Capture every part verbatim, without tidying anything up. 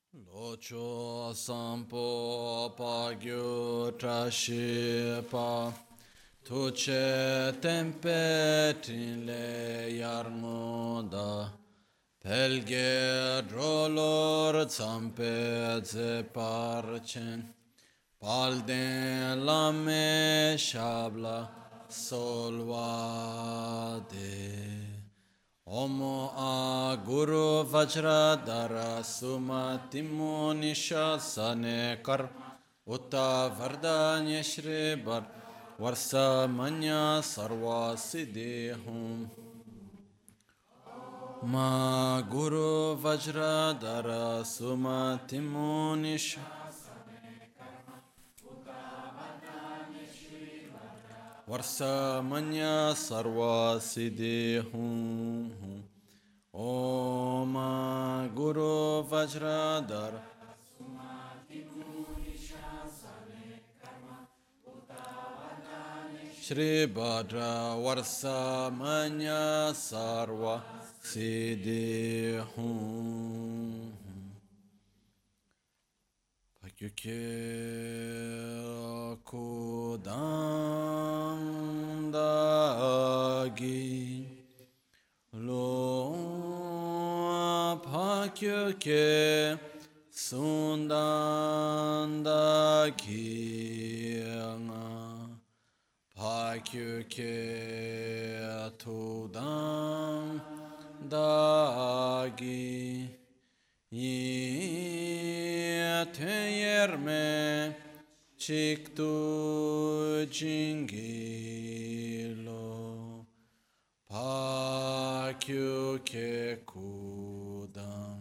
Locho sampo pagyo trashi pa tuche tempe trinle yarmoda pelge drolor zampe ze parchen palden lame shabla solvade Omo a Guru Vajradhara Sumatimu Nishasane Kar Utta Vardanya Shri Bar Varsa Manya Sarva Siddhihum Ma Guru Vajradhara Sumatimu Nishasane Varsa Manya Sarva Siddhihum Om Guru Vajradhara Shri Bhadra Varsa Manya Sarva Siddhihum Pakyukye Kudandagi Lo Pakyukye Sundandagi Pakyukye Tudandagi Yeteyerme Chiktu Jingilo Pakyukye Kudam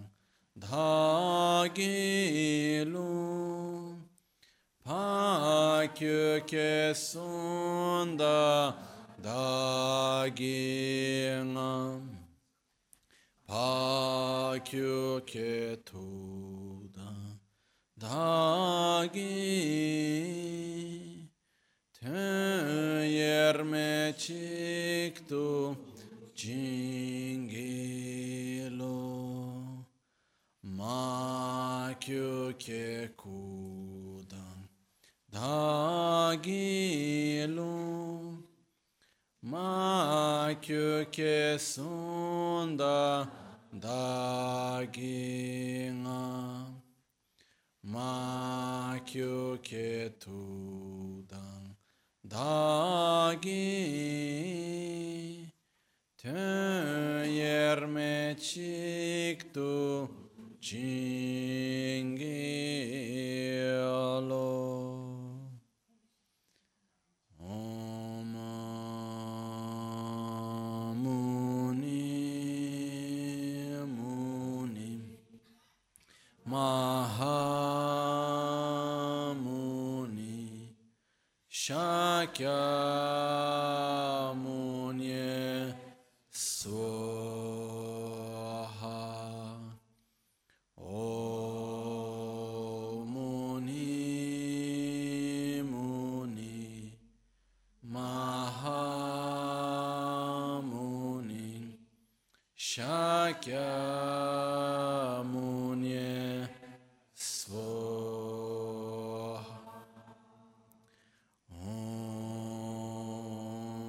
Dhagilu Pakyukye Sunda Daginam Pakyukye Tudam Dagi Teyerme Chiktu Jingilo Makyukye Kudam Dagilu Makyukye Sunda Daginam Makyukye Tudam Dagi Teyerme Chiktu Jingilo Om Muni Muni Mahamuni Shakyamuni Swaha Om Muni Muni Mahamuni Shakyamuni Swaha Om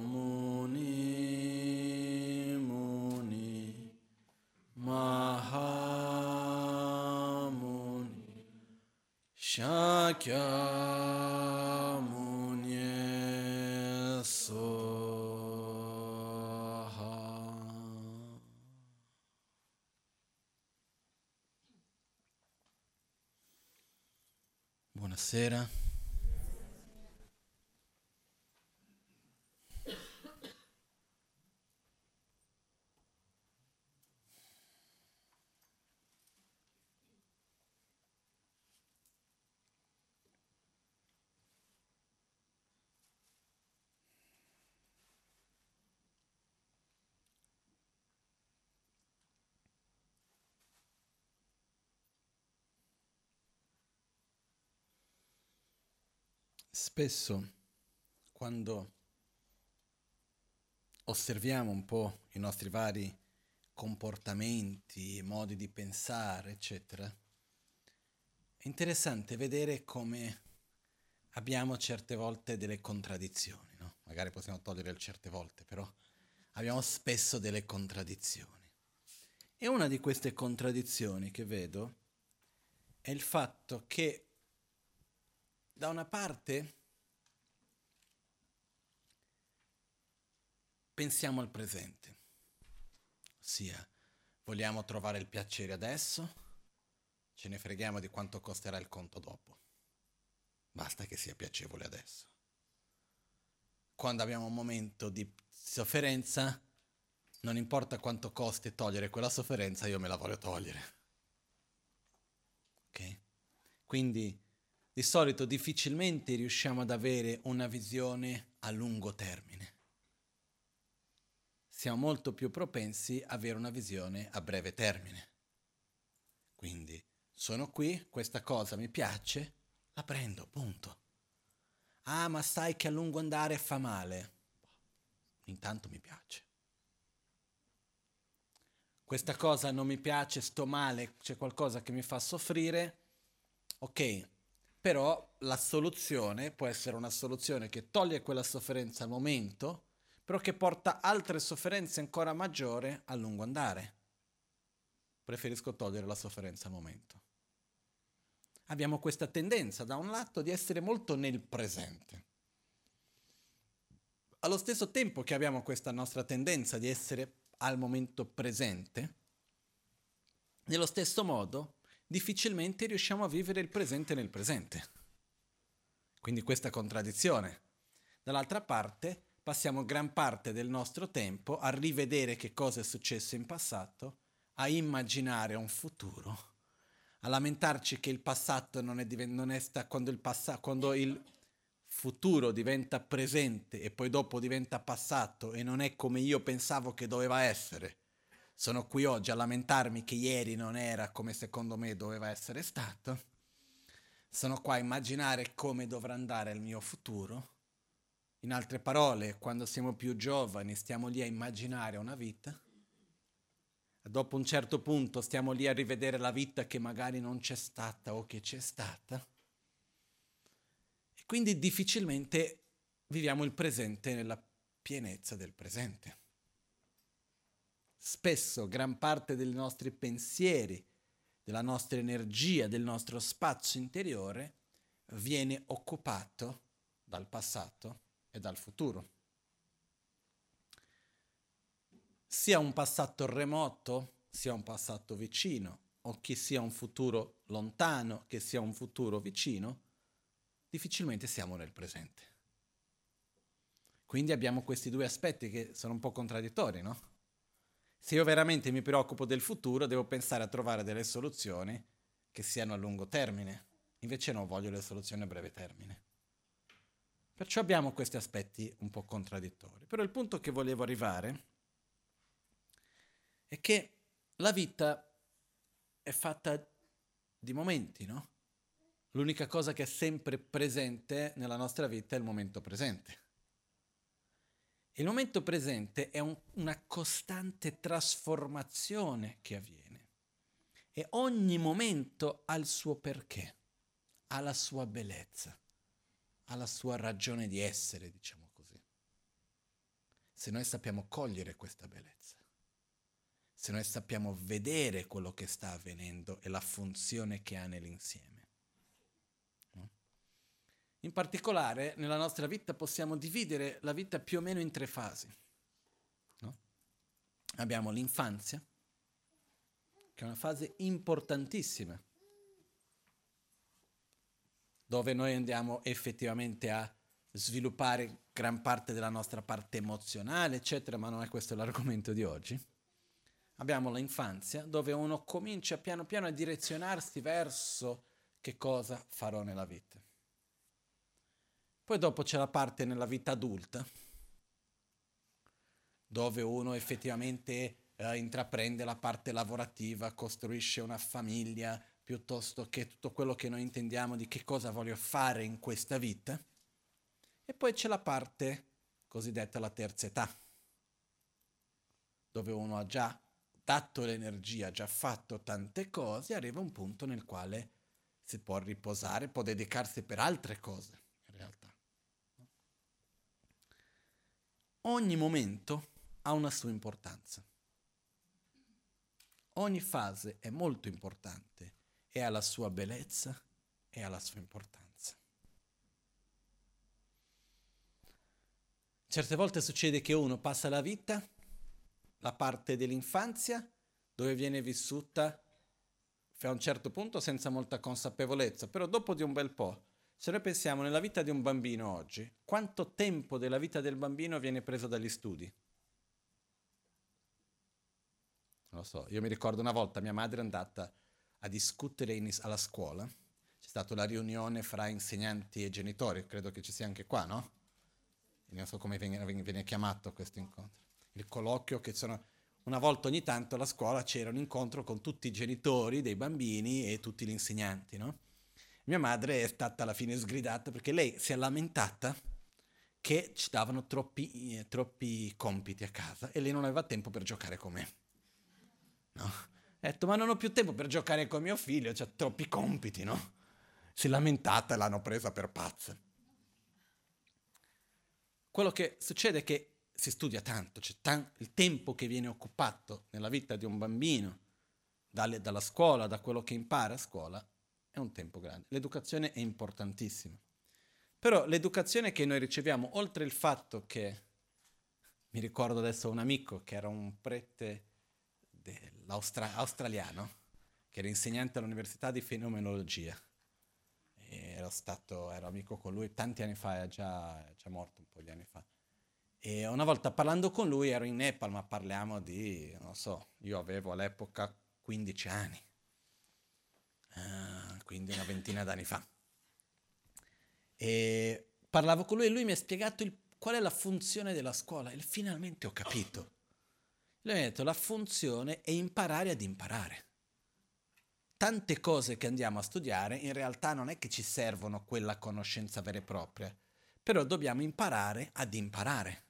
Muni Muni Mahamuni Shakyamuni Swaha. Buonasera. Spesso, quando osserviamo un po' i nostri vari comportamenti, modi di pensare, eccetera, interessante vedere come abbiamo certe volte delle contraddizioni, no? Magari possiamo togliere il certe volte, però abbiamo spesso delle contraddizioni. E una di queste contraddizioni che vedo è il fatto che da una parte pensiamo al presente, ossia vogliamo trovare il piacere adesso, ce ne freghiamo di quanto costerà il conto dopo. Basta che sia piacevole adesso. Quando abbiamo un momento di sofferenza, non importa quanto costi togliere quella sofferenza, io me la voglio togliere. Ok? Quindi di solito difficilmente riusciamo ad avere una visione a lungo termine. Siamo molto più propensi a avere una visione a breve termine. Quindi sono qui, questa cosa mi piace, la prendo, punto. Ah, ma sai che a lungo andare fa male. Intanto mi piace. Questa cosa non mi piace, sto male, c'è qualcosa che mi fa soffrire. Ok, però la soluzione può essere una soluzione che toglie quella sofferenza al momento, però che porta altre sofferenze ancora maggiori a lungo andare. Preferisco togliere la sofferenza al momento. Abbiamo questa tendenza, da un lato, di essere molto nel presente. Allo stesso tempo che abbiamo questa nostra tendenza di essere al momento presente, nello stesso modo, difficilmente riusciamo a vivere il presente nel presente. Quindi questa contraddizione. Dall'altra parte, passiamo gran parte del nostro tempo a rivedere che cosa è successo in passato, a immaginare un futuro, a lamentarci che il passato non è, diven- non è sta- quando il passato, quando il futuro diventa presente e poi dopo diventa passato e non è come io pensavo che doveva essere. Sono qui oggi a lamentarmi che ieri non era come secondo me doveva essere stato. Sono qua a immaginare come dovrà andare il mio futuro. In altre parole, quando siamo più giovani stiamo lì a immaginare una vita. Dopo un certo punto stiamo lì a rivedere la vita che magari non c'è stata o che c'è stata. E quindi difficilmente viviamo il presente nella pienezza del presente. Spesso gran parte dei nostri pensieri, della nostra energia, del nostro spazio interiore viene occupato dal passato e dal futuro. Sia un passato remoto, sia un passato vicino, o che sia un futuro lontano, che sia un futuro vicino, difficilmente siamo nel presente. Quindi abbiamo questi due aspetti che sono un po' contraddittori, no? Se io veramente mi preoccupo del futuro, devo pensare a trovare delle soluzioni che siano a lungo termine. Invece no, voglio le soluzioni a breve termine. Perciò abbiamo questi aspetti un po' contraddittori. Però il punto che volevo arrivare è che la vita è fatta di momenti, no? L'unica cosa che è sempre presente nella nostra vita è il momento presente. Il momento presente è un, una costante trasformazione che avviene e ogni momento ha il suo perché, ha la sua bellezza, ha la sua ragione di essere, diciamo così. Se noi sappiamo cogliere questa bellezza, se noi sappiamo vedere quello che sta avvenendo e la funzione che ha nell'insieme. In particolare, nella nostra vita possiamo dividere la vita più o meno in tre fasi. No? Abbiamo l'infanzia, che è una fase importantissima, dove noi andiamo effettivamente a sviluppare gran parte della nostra parte emozionale, eccetera, ma non è questo l'argomento di oggi. Abbiamo l'infanzia, dove uno comincia piano piano a direzionarsi verso che cosa farò nella vita. Poi dopo c'è la parte nella vita adulta, dove uno effettivamente eh, intraprende la parte lavorativa, costruisce una famiglia, piuttosto che tutto quello che noi intendiamo di che cosa voglio fare in questa vita. E poi c'è la parte cosiddetta la terza età, dove uno ha già dato l'energia, ha già fatto tante cose, arriva un punto nel quale si può riposare, può dedicarsi per altre cose, in realtà. Ogni momento ha una sua importanza. Ogni fase è molto importante e ha la sua bellezza e ha la sua importanza. Certe volte succede che uno passa la vita, la parte dell'infanzia, dove viene vissuta fino a un certo punto senza molta consapevolezza, però dopo di un bel po', se noi pensiamo nella vita di un bambino oggi, quanto tempo della vita del bambino viene preso dagli studi? Non lo so, io mi ricordo una volta mia madre è andata a discutere in, alla scuola, c'è stata la riunione fra insegnanti e genitori, credo che ci sia anche qua, no? Non so come viene, viene chiamato questo incontro. Il colloquio che sono... Una volta ogni tanto alla scuola c'era un incontro con tutti i genitori dei bambini e tutti gli insegnanti, no? Mia madre è stata alla fine sgridata perché lei si è lamentata che ci davano troppi, eh, troppi compiti a casa e lei non aveva tempo per giocare con me. No? Ha detto, ma non ho più tempo per giocare con mio figlio, c'ha troppi compiti, no? Si è lamentata e l'hanno presa per pazza. Quello che succede è che si studia tanto, c'è tan- il tempo che viene occupato nella vita di un bambino, dalle, dalla scuola, da quello che impara a scuola, è un tempo grande. L'educazione è importantissima. Però l'educazione che noi riceviamo, oltre il fatto che, mi ricordo adesso un amico che era un prete australiano, che era insegnante all'università di fenomenologia, e ero stato, ero amico con lui tanti anni fa, è già, è già morto un po' di anni fa. E una volta parlando con lui ero in Nepal, ma parliamo di, non so, io avevo all'epoca quindici anni, uh, quindi una ventina d'anni fa. E parlavo con lui e lui mi ha spiegato il, qual è la funzione della scuola e finalmente ho capito. Lui mi ha detto, la funzione è imparare ad imparare. Tante cose che andiamo a studiare in realtà non è che ci servono quella conoscenza vera e propria, però dobbiamo imparare ad imparare.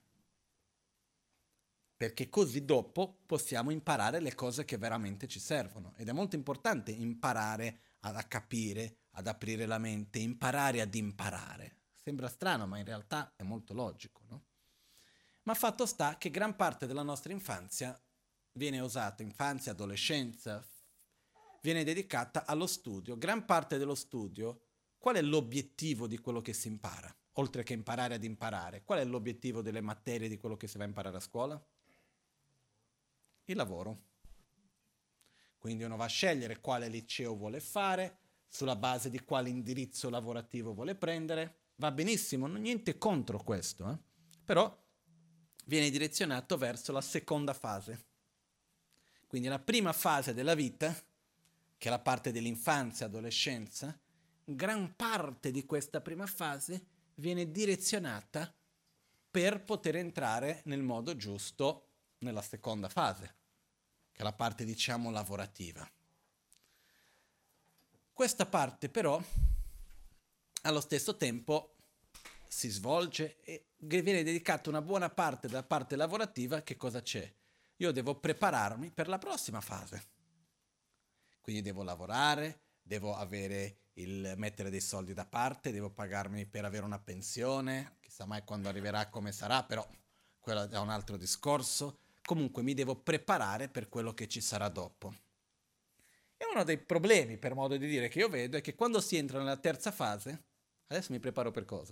Perché così dopo possiamo imparare le cose che veramente ci servono. Ed è molto importante imparare ad, a capire, ad aprire la mente, imparare ad imparare. Sembra strano, ma in realtà è molto logico, no? Ma fatto sta che gran parte della nostra infanzia viene usata, infanzia, adolescenza, viene dedicata allo studio. Gran parte dello studio, qual è l'obiettivo di quello che si impara? Oltre che imparare ad imparare, qual è l'obiettivo delle materie di quello che si va a imparare a scuola? Il lavoro. Quindi uno va a scegliere quale liceo vuole fare, sulla base di quale indirizzo lavorativo vuole prendere. Va benissimo, niente contro questo, eh? Però viene direzionato verso la seconda fase. Quindi la prima fase della vita, che è la parte dell'infanzia e adolescenza, gran parte di questa prima fase viene direzionata per poter entrare nel modo giusto nella seconda fase, che è la parte, diciamo, lavorativa. Questa parte però, allo stesso tempo, si svolge e viene dedicata una buona parte della parte lavorativa. Che cosa c'è? Io devo prepararmi per la prossima fase. Quindi devo lavorare, devo avere il mettere dei soldi da parte, devo pagarmi per avere una pensione, chissà mai quando arriverà, come sarà, però quello è un altro discorso. Comunque mi devo preparare per quello che ci sarà dopo. E uno dei problemi, per modo di dire, che io vedo è che quando si entra nella terza fase, adesso mi preparo per cosa?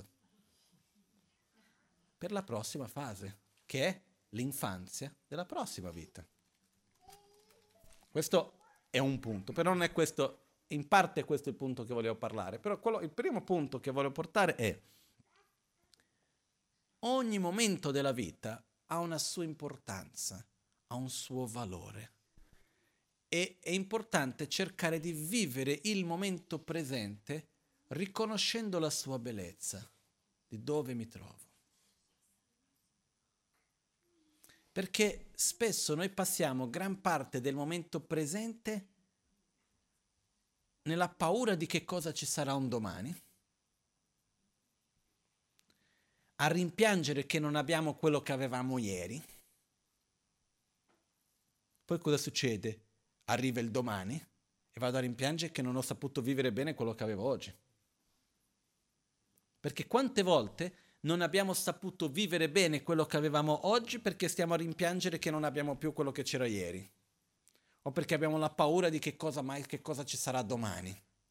Per la prossima fase, che è l'infanzia della prossima vita. Questo è un punto, però non è questo, in parte questo è il punto che volevo parlare, però quello, il primo punto che voglio portare è: ogni momento della vita ha una sua importanza, ha un suo valore. E è importante cercare di vivere il momento presente riconoscendo la sua bellezza, di dove mi trovo. Perché spesso noi passiamo gran parte del momento presente nella paura di che cosa ci sarà un domani, a rimpiangere che non abbiamo quello che avevamo ieri. Poi cosa succede? Arriva il domani e vado a rimpiangere che non ho saputo vivere bene quello che avevo oggi. Perché quante volte non abbiamo saputo vivere bene quello che avevamo oggi perché stiamo a rimpiangere che non abbiamo più quello che c'era ieri. O perché abbiamo la paura di che cosa mai, che cosa ci sarà domani.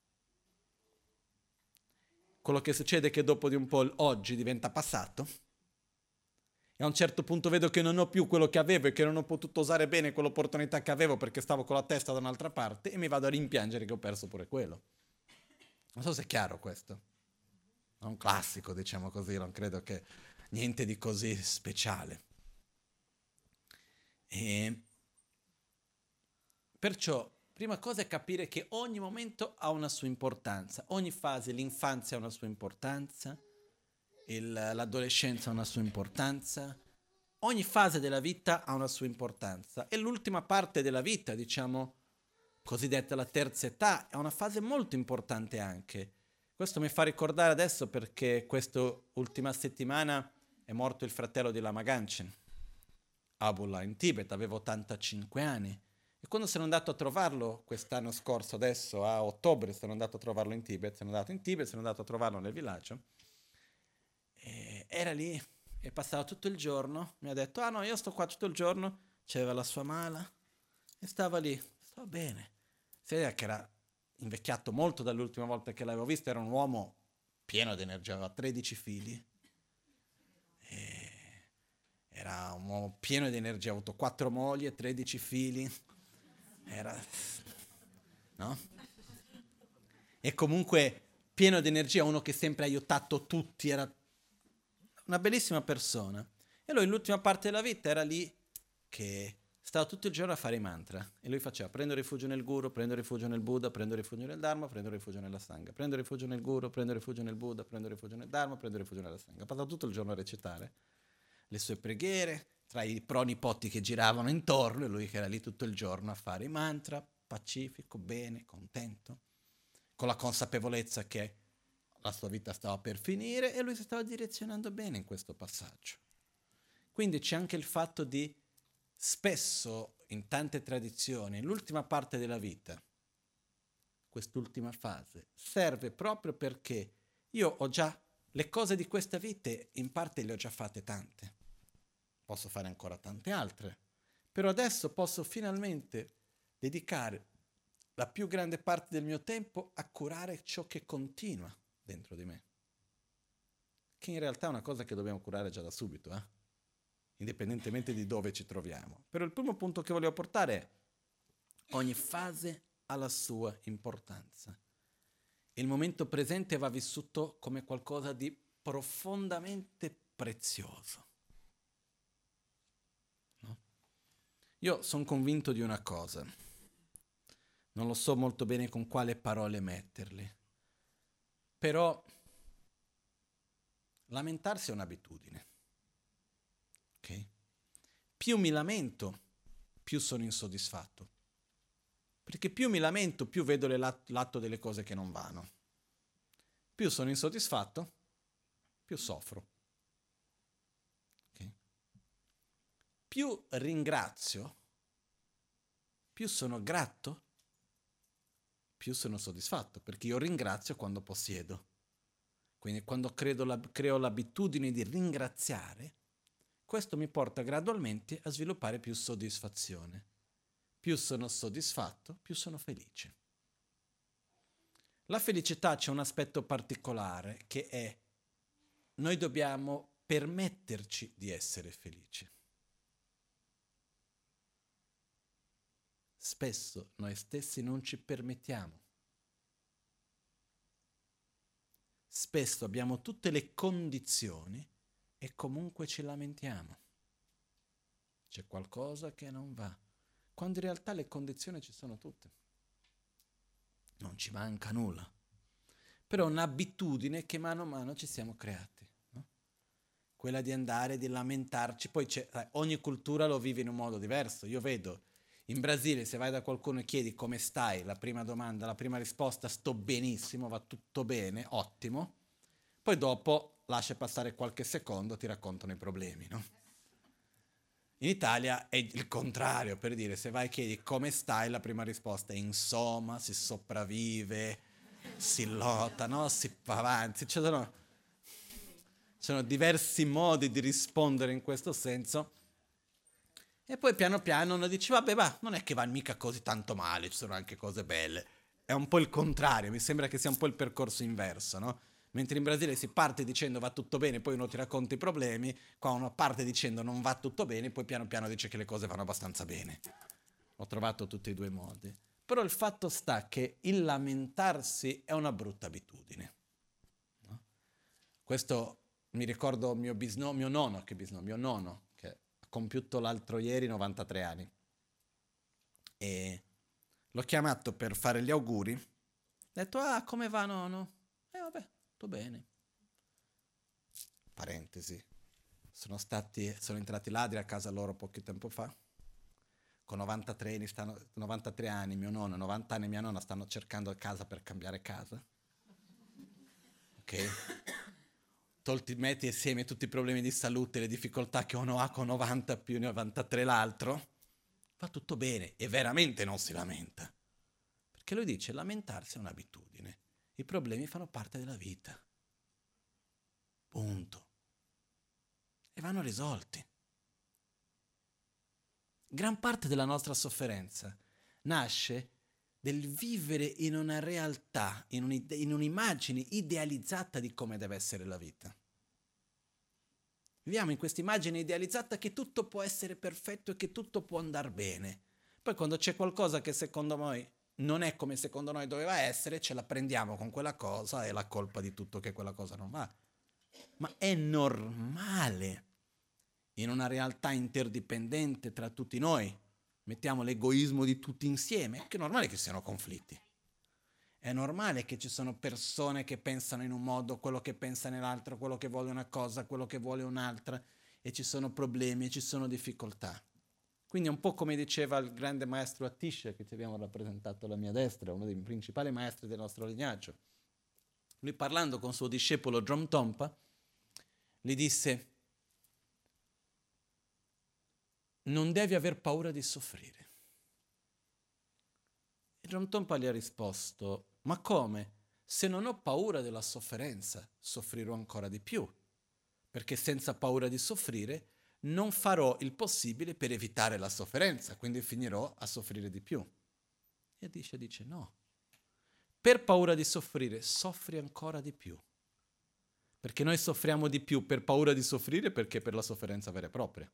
Quello che succede è che dopo di un po' oggi diventa passato e a un certo punto vedo che non ho più quello che avevo e che non ho potuto usare bene quell'opportunità che avevo perché stavo con la testa da un'altra parte e mi vado a rimpiangere che ho perso pure quello. Non so se è chiaro questo. È un classico, diciamo così, non credo che niente di così speciale. E perciò, prima cosa è capire che ogni momento ha una sua importanza, ogni fase, l'infanzia ha una sua importanza, il, l'adolescenza ha una sua importanza, ogni fase della vita ha una sua importanza e l'ultima parte della vita, diciamo, cosiddetta la terza età, è una fase molto importante anche. Questo mi fa ricordare adesso perché questa ultima settimana è morto il fratello di Lama Ganchen, Abullah, in Tibet, aveva ottantacinque anni. E quando sono andato a trovarlo quest'anno scorso, adesso a ottobre, sono andato a trovarlo in Tibet, sono andato in Tibet, sono andato a trovarlo nel villaggio, e era lì, e passava tutto il giorno, mi ha detto, ah no, io sto qua tutto il giorno, c'aveva la sua mala, e stava lì, stava bene. Si vedeva che era invecchiato molto dall'ultima volta che l'avevo visto, era un uomo pieno di energia, aveva tredici figli, e era un uomo pieno di energia, ha avuto quattro mogli e tredici figli, era, no? E comunque pieno di energia, uno che sempre ha aiutato tutti, era una bellissima persona. E lui l'ultima parte della vita era lì che stava tutto il giorno a fare i mantra e lui faceva prendo rifugio nel Guru, prendo rifugio nel Buddha, prendo rifugio nel Dharma, prendo rifugio nella Sangha, prendo rifugio nel Guru, prendo rifugio nel Buddha, prendo rifugio nel Dharma, prendo rifugio nella Sangha. Ha passato tutto il giorno a recitare le sue preghiere tra i pronipoti che giravano intorno e lui che era lì tutto il giorno a fare i mantra, pacifico, bene, contento, con la consapevolezza che la sua vita stava per finire e lui si stava direzionando bene in questo passaggio. Quindi c'è anche il fatto di spesso in tante tradizioni l'ultima parte della vita, quest'ultima fase, serve proprio perché io ho già le cose di questa vita, in parte le ho già fatte tante, posso fare ancora tante altre, però adesso posso finalmente dedicare la più grande parte del mio tempo a curare ciò che continua dentro di me, che in realtà è una cosa che dobbiamo curare già da subito, eh? Indipendentemente di dove ci troviamo. Però il primo punto che volevo portare è ogni fase ha la sua importanza. Il momento presente va vissuto come qualcosa di profondamente prezioso. No? Io sono convinto di una cosa, non lo so molto bene con quale parole metterle, però lamentarsi è un'abitudine. Okay? Più mi lamento, più sono insoddisfatto. Perché più mi lamento, più vedo le lat- l'atto delle cose che non vanno. Più sono insoddisfatto, più soffro. Okay? Più ringrazio, più sono grato, più sono soddisfatto. Perché io ringrazio quando possiedo. Quindi quando credo la- creo l'abitudine di ringraziare, questo mi porta gradualmente a sviluppare più soddisfazione. Più sono soddisfatto, più sono felice. La felicità c'è un aspetto particolare che è noi dobbiamo permetterci di essere felici. Spesso noi stessi non ci permettiamo. Spesso abbiamo tutte le condizioni e comunque ci lamentiamo. C'è qualcosa che non va, quando in realtà le condizioni ci sono tutte. Non ci manca nulla. Però è un'abitudine che mano a mano ci siamo creati, no? Quella di andare, di lamentarci. Poi c'è, sai, ogni cultura lo vive in un modo diverso. Io vedo, in Brasile, se vai da qualcuno e chiedi come stai, la prima domanda, la prima risposta, sto benissimo, va tutto bene, ottimo. Poi dopo lascia passare qualche secondo, ti raccontano i problemi, no? In Italia è il contrario, per dire, se vai e chiedi come stai, la prima risposta è insomma, si sopravvive, si lotta, no? Si va avanti. Ci sono, ci sono diversi modi di rispondere in questo senso. E poi piano piano uno dice, vabbè, va, non è che va mica così tanto male, ci sono anche cose belle. È un po' il contrario, mi sembra che sia un po' il percorso inverso, no? Mentre in Brasile si parte dicendo va tutto bene, poi uno ti racconta i problemi, qua uno parte dicendo non va tutto bene, poi piano piano dice che le cose vanno abbastanza bene. Ho trovato tutti e due i modi. Però il fatto sta che il lamentarsi è una brutta abitudine. No? Questo mi ricordo mio bisnonno, mio nonno, che bisnonno, mio nonno, che ha compiuto l'altro ieri novantatré anni. E l'ho chiamato per fare gli auguri. Ho detto, ah, come va nonno? E eh, vabbè, tutto bene. Parentesi. Sono stati, sono entrati ladri a casa loro poco tempo fa. Con novantatré anni, stanno, novantatré anni, mio nonno, novanta anni mia nonna stanno cercando casa per cambiare casa. Ok? Tolti, metti insieme tutti i problemi di salute, le difficoltà che uno ha con novanta più novantatré l'altro, va tutto bene e veramente non si lamenta. Perché lui dice, lamentarsi è un'abitudine. I problemi fanno parte della vita. Punto. E vanno risolti. Gran parte della nostra sofferenza nasce del vivere in una realtà, in, un, in un'immagine idealizzata di come deve essere la vita. Viviamo in questa immagine idealizzata che tutto può essere perfetto e che tutto può andare bene. Poi quando c'è qualcosa che secondo noi non è come secondo noi doveva essere, ce la prendiamo con quella cosa e la colpa di tutto che quella cosa non va. Ma è normale. In una realtà interdipendente tra tutti noi, mettiamo l'egoismo di tutti insieme, è normale che ci siano conflitti. È normale che ci sono persone che pensano in un modo, quello che pensa nell'altro, quello che vuole una cosa, quello che vuole un'altra, e ci sono problemi, ci sono difficoltà. Quindi è un po' come diceva il grande maestro Atisha, che ti abbiamo rappresentato alla mia destra, uno dei principali maestri del nostro lignaggio. Lui, parlando con suo discepolo Drom Tompa, gli disse: non devi aver paura di soffrire. E Drom Tompa gli ha risposto: ma come? Se non ho paura della sofferenza, soffrirò ancora di più, perché senza paura di soffrire non farò il possibile per evitare la sofferenza, quindi finirò a soffrire di più. E Atisha dice no. Per paura di soffrire, soffri ancora di più. Perché noi soffriamo di più per paura di soffrire perché per la sofferenza vera e propria.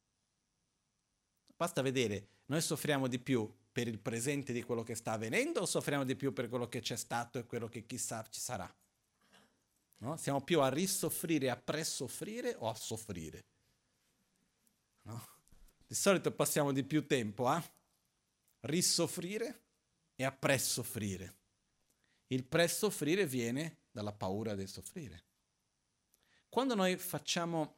Basta vedere, noi soffriamo di più per il presente di quello che sta avvenendo o soffriamo di più per quello che c'è stato e quello che chissà ci sarà? No? Siamo più a risoffrire, a presoffrire o a soffrire? No? Di solito passiamo di più tempo a risoffrire e a presoffrire. Il presoffrire viene dalla paura del soffrire. Quando noi facciamo,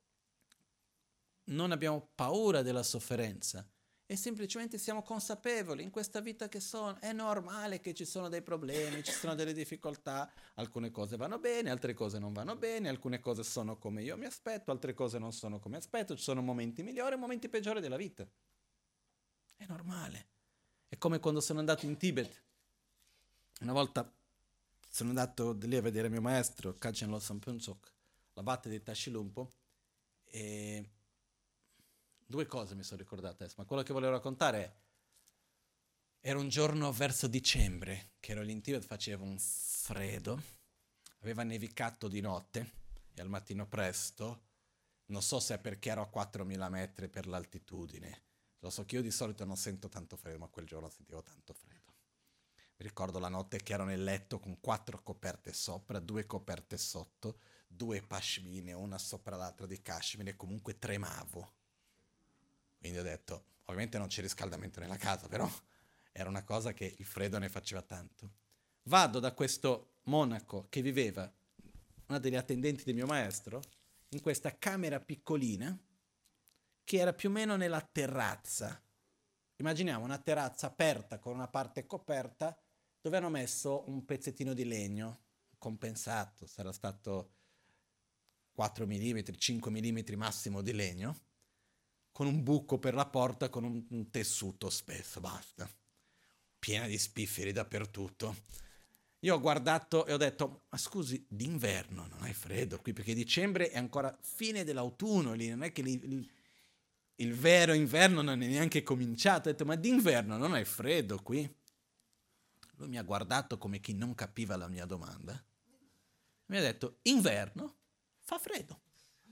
non abbiamo paura della sofferenza e semplicemente siamo consapevoli in questa vita che sono, è normale che ci sono dei problemi, ci sono delle difficoltà, alcune cose vanno bene, altre cose non vanno bene, alcune cose sono come io mi aspetto, altre cose non sono come aspetto, ci sono momenti migliori e momenti peggiori della vita. È normale. È come quando sono andato in Tibet. Una volta sono andato lì a vedere mio maestro, Kachen Losam Phuntsok, l'abate di Tashilhunpo, e due cose mi sono ricordate, ma quello che volevo raccontare è, era un giorno verso dicembre, che ero lì in Tibet, faceva un freddo, aveva nevicato di notte e al mattino presto, non so se è perché ero a quattromila metri per l'altitudine, lo so che io di solito non sento tanto freddo, ma quel giorno sentivo tanto freddo. Mi ricordo la notte che ero nel letto con quattro coperte sopra, due coperte sotto, due pashmine, una sopra l'altra di cashmere, e comunque tremavo. Quindi ho detto, ovviamente non c'è riscaldamento nella casa, però era una cosa che il freddo ne faceva tanto. Vado da questo monaco che viveva, una delle attendenti del mio maestro, in questa camera piccolina, che era più o meno nella terrazza. Immaginiamo una terrazza aperta con una parte coperta, dove hanno messo un pezzettino di legno compensato, sarà stato quattro millimetri, cinque millimetri massimo di legno, con un buco per la porta, con un, un tessuto spesso, basta. Piena di spifferi dappertutto. Io ho guardato e ho detto, ma scusi, d'inverno non hai freddo qui? Perché dicembre è ancora fine dell'autunno lì, non è che lì, il, il vero inverno non è neanche cominciato. Ho detto, ma d'inverno non hai freddo qui? Lui mi ha guardato come chi non capiva la mia domanda. Mi ha detto, inverno fa freddo.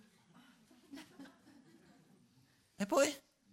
E poi?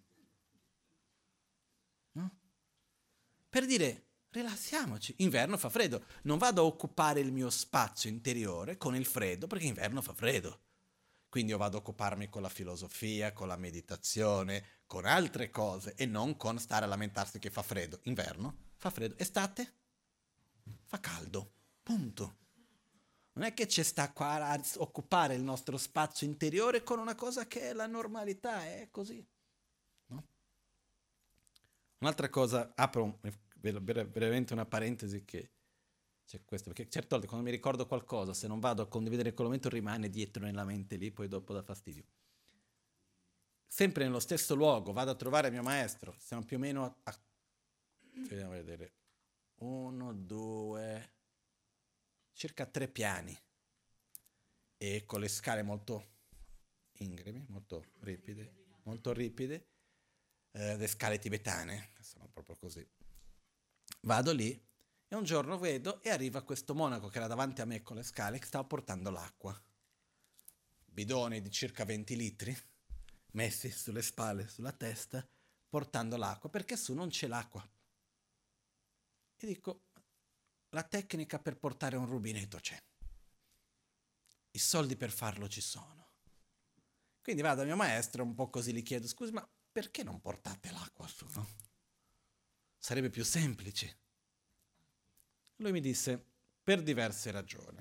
No? Per dire, rilassiamoci, inverno fa freddo, non vado a occupare il mio spazio interiore con il freddo perché inverno fa freddo. Quindi io vado a occuparmi con la filosofia, con la meditazione, con altre cose e non con stare a lamentarsi che fa freddo. Inverno fa freddo, estate fa caldo, punto. Non è che ci sta qua a occupare il nostro spazio interiore con una cosa che è la normalità, è così. No? Un'altra cosa, apro brevemente una parentesi che c'è questo, perché certe volte quando mi ricordo qualcosa, se non vado a condividere quel momento rimane dietro nella mente lì, poi dopo dà fastidio. Sempre nello stesso luogo, vado a trovare mio maestro, siamo più o meno a... Vediamo a vedere. Uno, due... circa tre piani e con le scale molto ingremi, molto ripide, molto ripide, eh, le scale tibetane, sono proprio così. Vado lì e un giorno vedo e arriva questo monaco che era davanti a me con le scale che stava portando l'acqua. Bidoni di circa venti litri messi sulle spalle, sulla testa, portando l'acqua, perché su non c'è l'acqua. E dico, la tecnica per portare un rubinetto c'è. I soldi per farlo ci sono. Quindi vado al mio maestro, un po' così gli chiedo, scusi, ma perché non portate l'acqua su, no? Sarebbe più semplice. Lui mi disse, per diverse ragioni.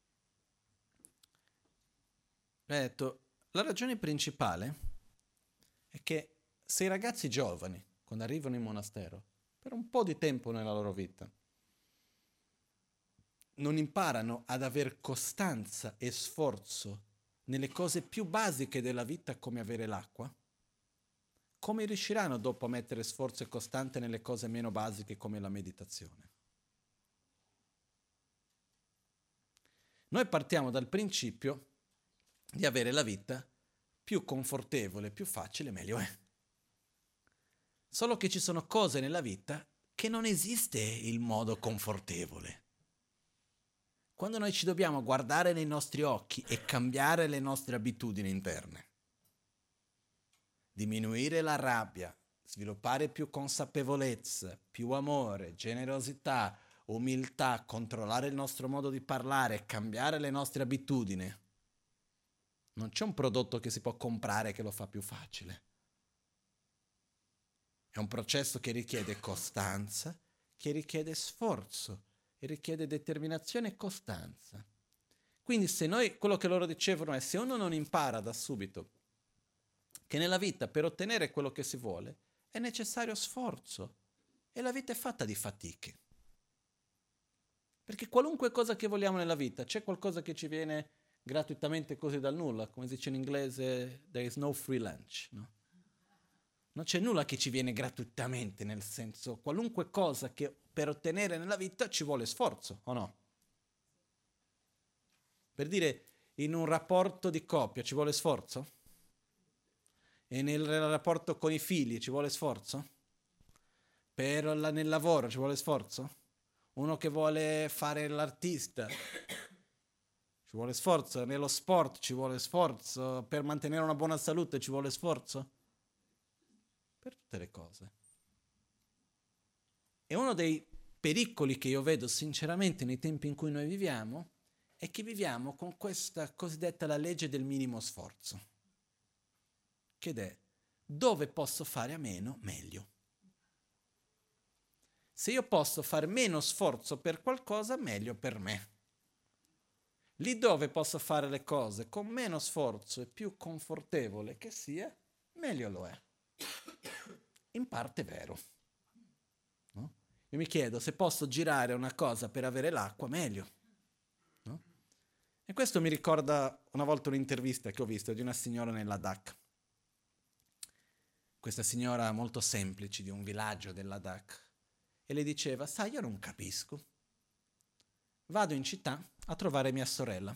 Mi ha detto, la ragione principale è che se i ragazzi giovani, quando arrivano in monastero, per un po' di tempo nella loro vita, non imparano ad aver costanza e sforzo nelle cose più basiche della vita come avere l'acqua, come riusciranno dopo a mettere sforzo e costante nelle cose meno basiche come la meditazione? Noi partiamo dal principio di avere la vita più confortevole, più facile, meglio è. Solo che ci sono cose nella vita che non esiste il modo confortevole. Quando noi ci dobbiamo guardare nei nostri occhi e cambiare le nostre abitudini interne, diminuire la rabbia, sviluppare più consapevolezza, più amore, generosità, umiltà, controllare il nostro modo di parlare, cambiare le nostre abitudini, non c'è un prodotto che si può comprare che lo fa più facile. È un processo che richiede costanza, che richiede sforzo, e richiede determinazione e costanza. Quindi se noi, quello che loro dicevano è, se uno non impara da subito che nella vita per ottenere quello che si vuole è necessario sforzo e la vita è fatta di fatiche. Perché qualunque cosa che vogliamo nella vita, c'è qualcosa che ci viene gratuitamente così dal nulla, come si dice in inglese, there is no free lunch, no? Non c'è nulla che ci viene gratuitamente, nel senso, qualunque cosa che per ottenere nella vita ci vuole sforzo, o no? Per dire, in un rapporto di coppia ci vuole sforzo? E nel rapporto con i figli ci vuole sforzo? Per la, nel lavoro ci vuole sforzo? Uno che vuole fare l'artista ci vuole sforzo? Nello sport ci vuole sforzo? Per mantenere una buona salute ci vuole sforzo? Per tutte le cose. E uno dei pericoli che io vedo sinceramente nei tempi in cui noi viviamo è che viviamo con questa cosiddetta la legge del minimo sforzo, che è dove posso fare a meno, meglio. Se io posso fare meno sforzo per qualcosa, meglio per me. Lì dove posso fare le cose con meno sforzo e più confortevole che sia, meglio lo è. In parte è vero. No? Io mi chiedo se posso girare una cosa per avere l'acqua, meglio. No? E questo mi ricorda una volta un'intervista che ho visto di una signora nella D A C. questa signora molto semplice di un villaggio del Ladakh e le diceva: sai, io non capisco, vado in città a trovare mia sorella.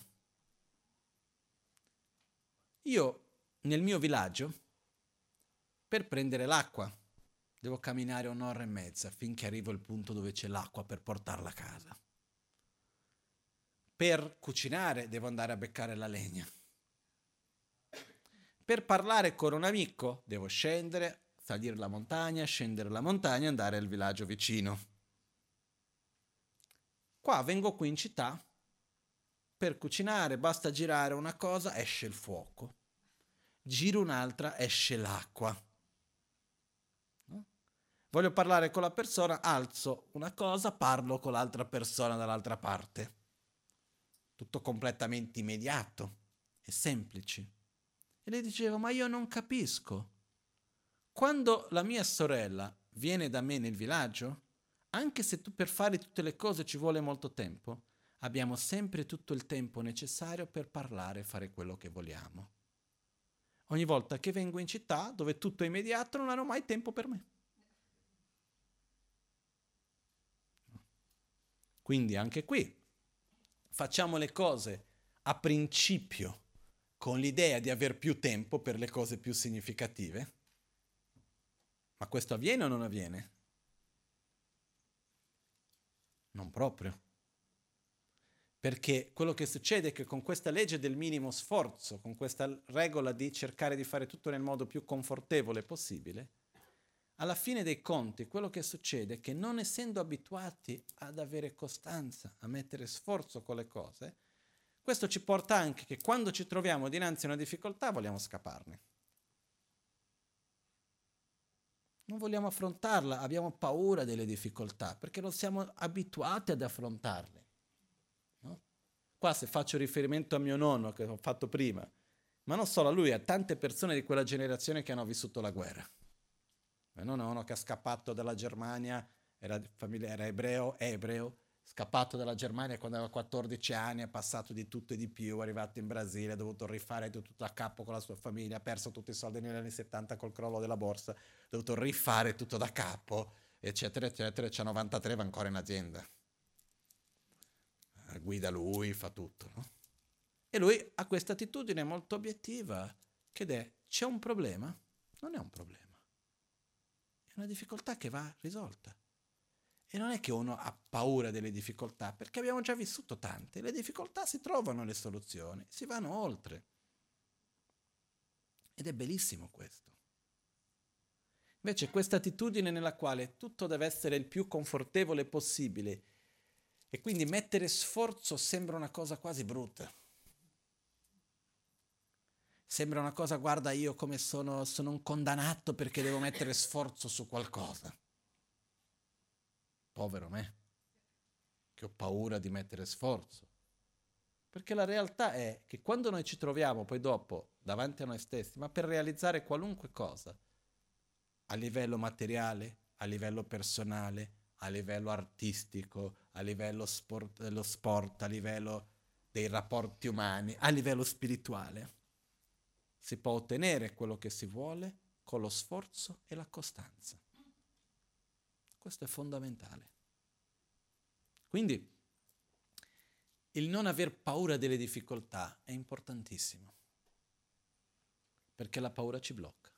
Io nel mio villaggio, per prendere l'acqua, devo camminare un'ora e mezza finché arrivo al punto dove c'è l'acqua per portarla a casa. Per cucinare devo andare a beccare la legna. Per parlare con un amico devo scendere, salire la montagna, scendere la montagna e andare al villaggio vicino. Qua vengo qui in città, per cucinare basta girare una cosa, esce il fuoco. Giro un'altra, esce l'acqua. No? Voglio parlare con la persona, alzo una cosa, parlo con l'altra persona dall'altra parte. Tutto completamente immediato e semplice. E lei diceva: ma io non capisco. Quando la mia sorella viene da me nel villaggio, anche se tu per fare tutte le cose ci vuole molto tempo, abbiamo sempre tutto il tempo necessario per parlare e fare quello che vogliamo. Ogni volta che vengo in città, dove tutto è immediato, non hanno mai tempo per me. Quindi anche qui facciamo le cose a principio con l'idea di aver più tempo per le cose più significative. Ma questo avviene o non avviene? Non proprio. Perché quello che succede è che con questa legge del minimo sforzo, con questa regola di cercare di fare tutto nel modo più confortevole possibile, alla fine dei conti quello che succede è che, non essendo abituati ad avere costanza, a mettere sforzo con le cose, questo ci porta anche che quando ci troviamo dinanzi a una difficoltà vogliamo scapparne. Non vogliamo affrontarla, abbiamo paura delle difficoltà perché non siamo abituati ad affrontarle. No? Qua se faccio riferimento a mio nonno che ho fatto prima, ma non solo a lui, a tante persone di quella generazione che hanno vissuto la guerra. Mio nonno è uno che è scappato dalla Germania, era, famiglia, era ebreo, è ebreo, scappato dalla Germania quando aveva quattordici anni, è passato di tutto e di più, è arrivato in Brasile, ha dovuto rifare tutto da capo con la sua famiglia, ha perso tutti i soldi negli anni settanta col crollo della borsa, ha dovuto rifare tutto da capo, eccetera, eccetera, c'ha novantatré, va ancora in azienda. Guida lui, fa tutto, no? E lui ha questa attitudine molto obiettiva, che è: c'è un problema? Non è un problema. È una difficoltà che va risolta. E non è che uno ha paura delle difficoltà, perché abbiamo già vissuto tante. Le difficoltà si trovano le soluzioni, si vanno oltre. Ed è bellissimo questo. Invece questa attitudine nella quale tutto deve essere il più confortevole possibile e quindi mettere sforzo sembra una cosa quasi brutta. Sembra una cosa: guarda, io come sono, sono un condannato perché devo mettere sforzo su qualcosa. Povero me, che ho paura di mettere sforzo. Perché la realtà è che quando noi ci troviamo poi dopo davanti a noi stessi, ma per realizzare qualunque cosa, a livello materiale, a livello personale, a livello artistico, a livello sport, dello sport, a livello dei rapporti umani, a livello spirituale, si può ottenere quello che si vuole con lo sforzo e la costanza. Questo è fondamentale. Quindi il non aver paura delle difficoltà è importantissimo, perché la paura ci blocca.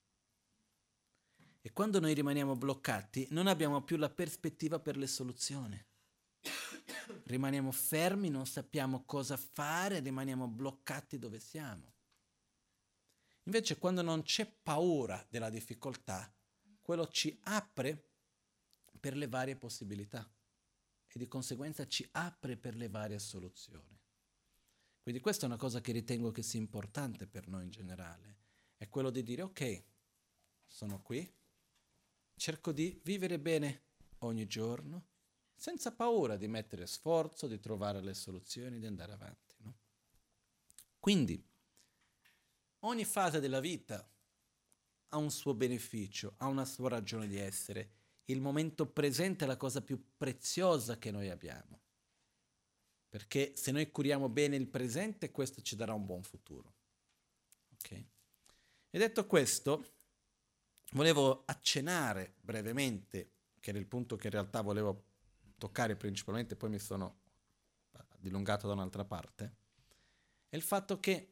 E quando noi rimaniamo bloccati non abbiamo più la prospettiva per le soluzioni. Rimaniamo fermi, non sappiamo cosa fare, rimaniamo bloccati dove siamo. Invece quando non c'è paura della difficoltà, quello ci apre per le varie possibilità e di conseguenza ci apre per le varie soluzioni. Quindi questa è una cosa che ritengo che sia importante per noi in generale, è quello di dire: ok, sono qui, cerco di vivere bene ogni giorno, senza paura di mettere sforzo, di trovare le soluzioni, di andare avanti. No? Quindi ogni fase della vita ha un suo beneficio, ha una sua ragione di essere. Il momento presente è la cosa più preziosa che noi abbiamo, perché se noi curiamo bene il presente, questo ci darà un buon futuro. Ok? E detto questo, volevo accennare brevemente, che era il punto che in realtà volevo toccare principalmente, poi mi sono dilungato da un'altra parte, è il fatto che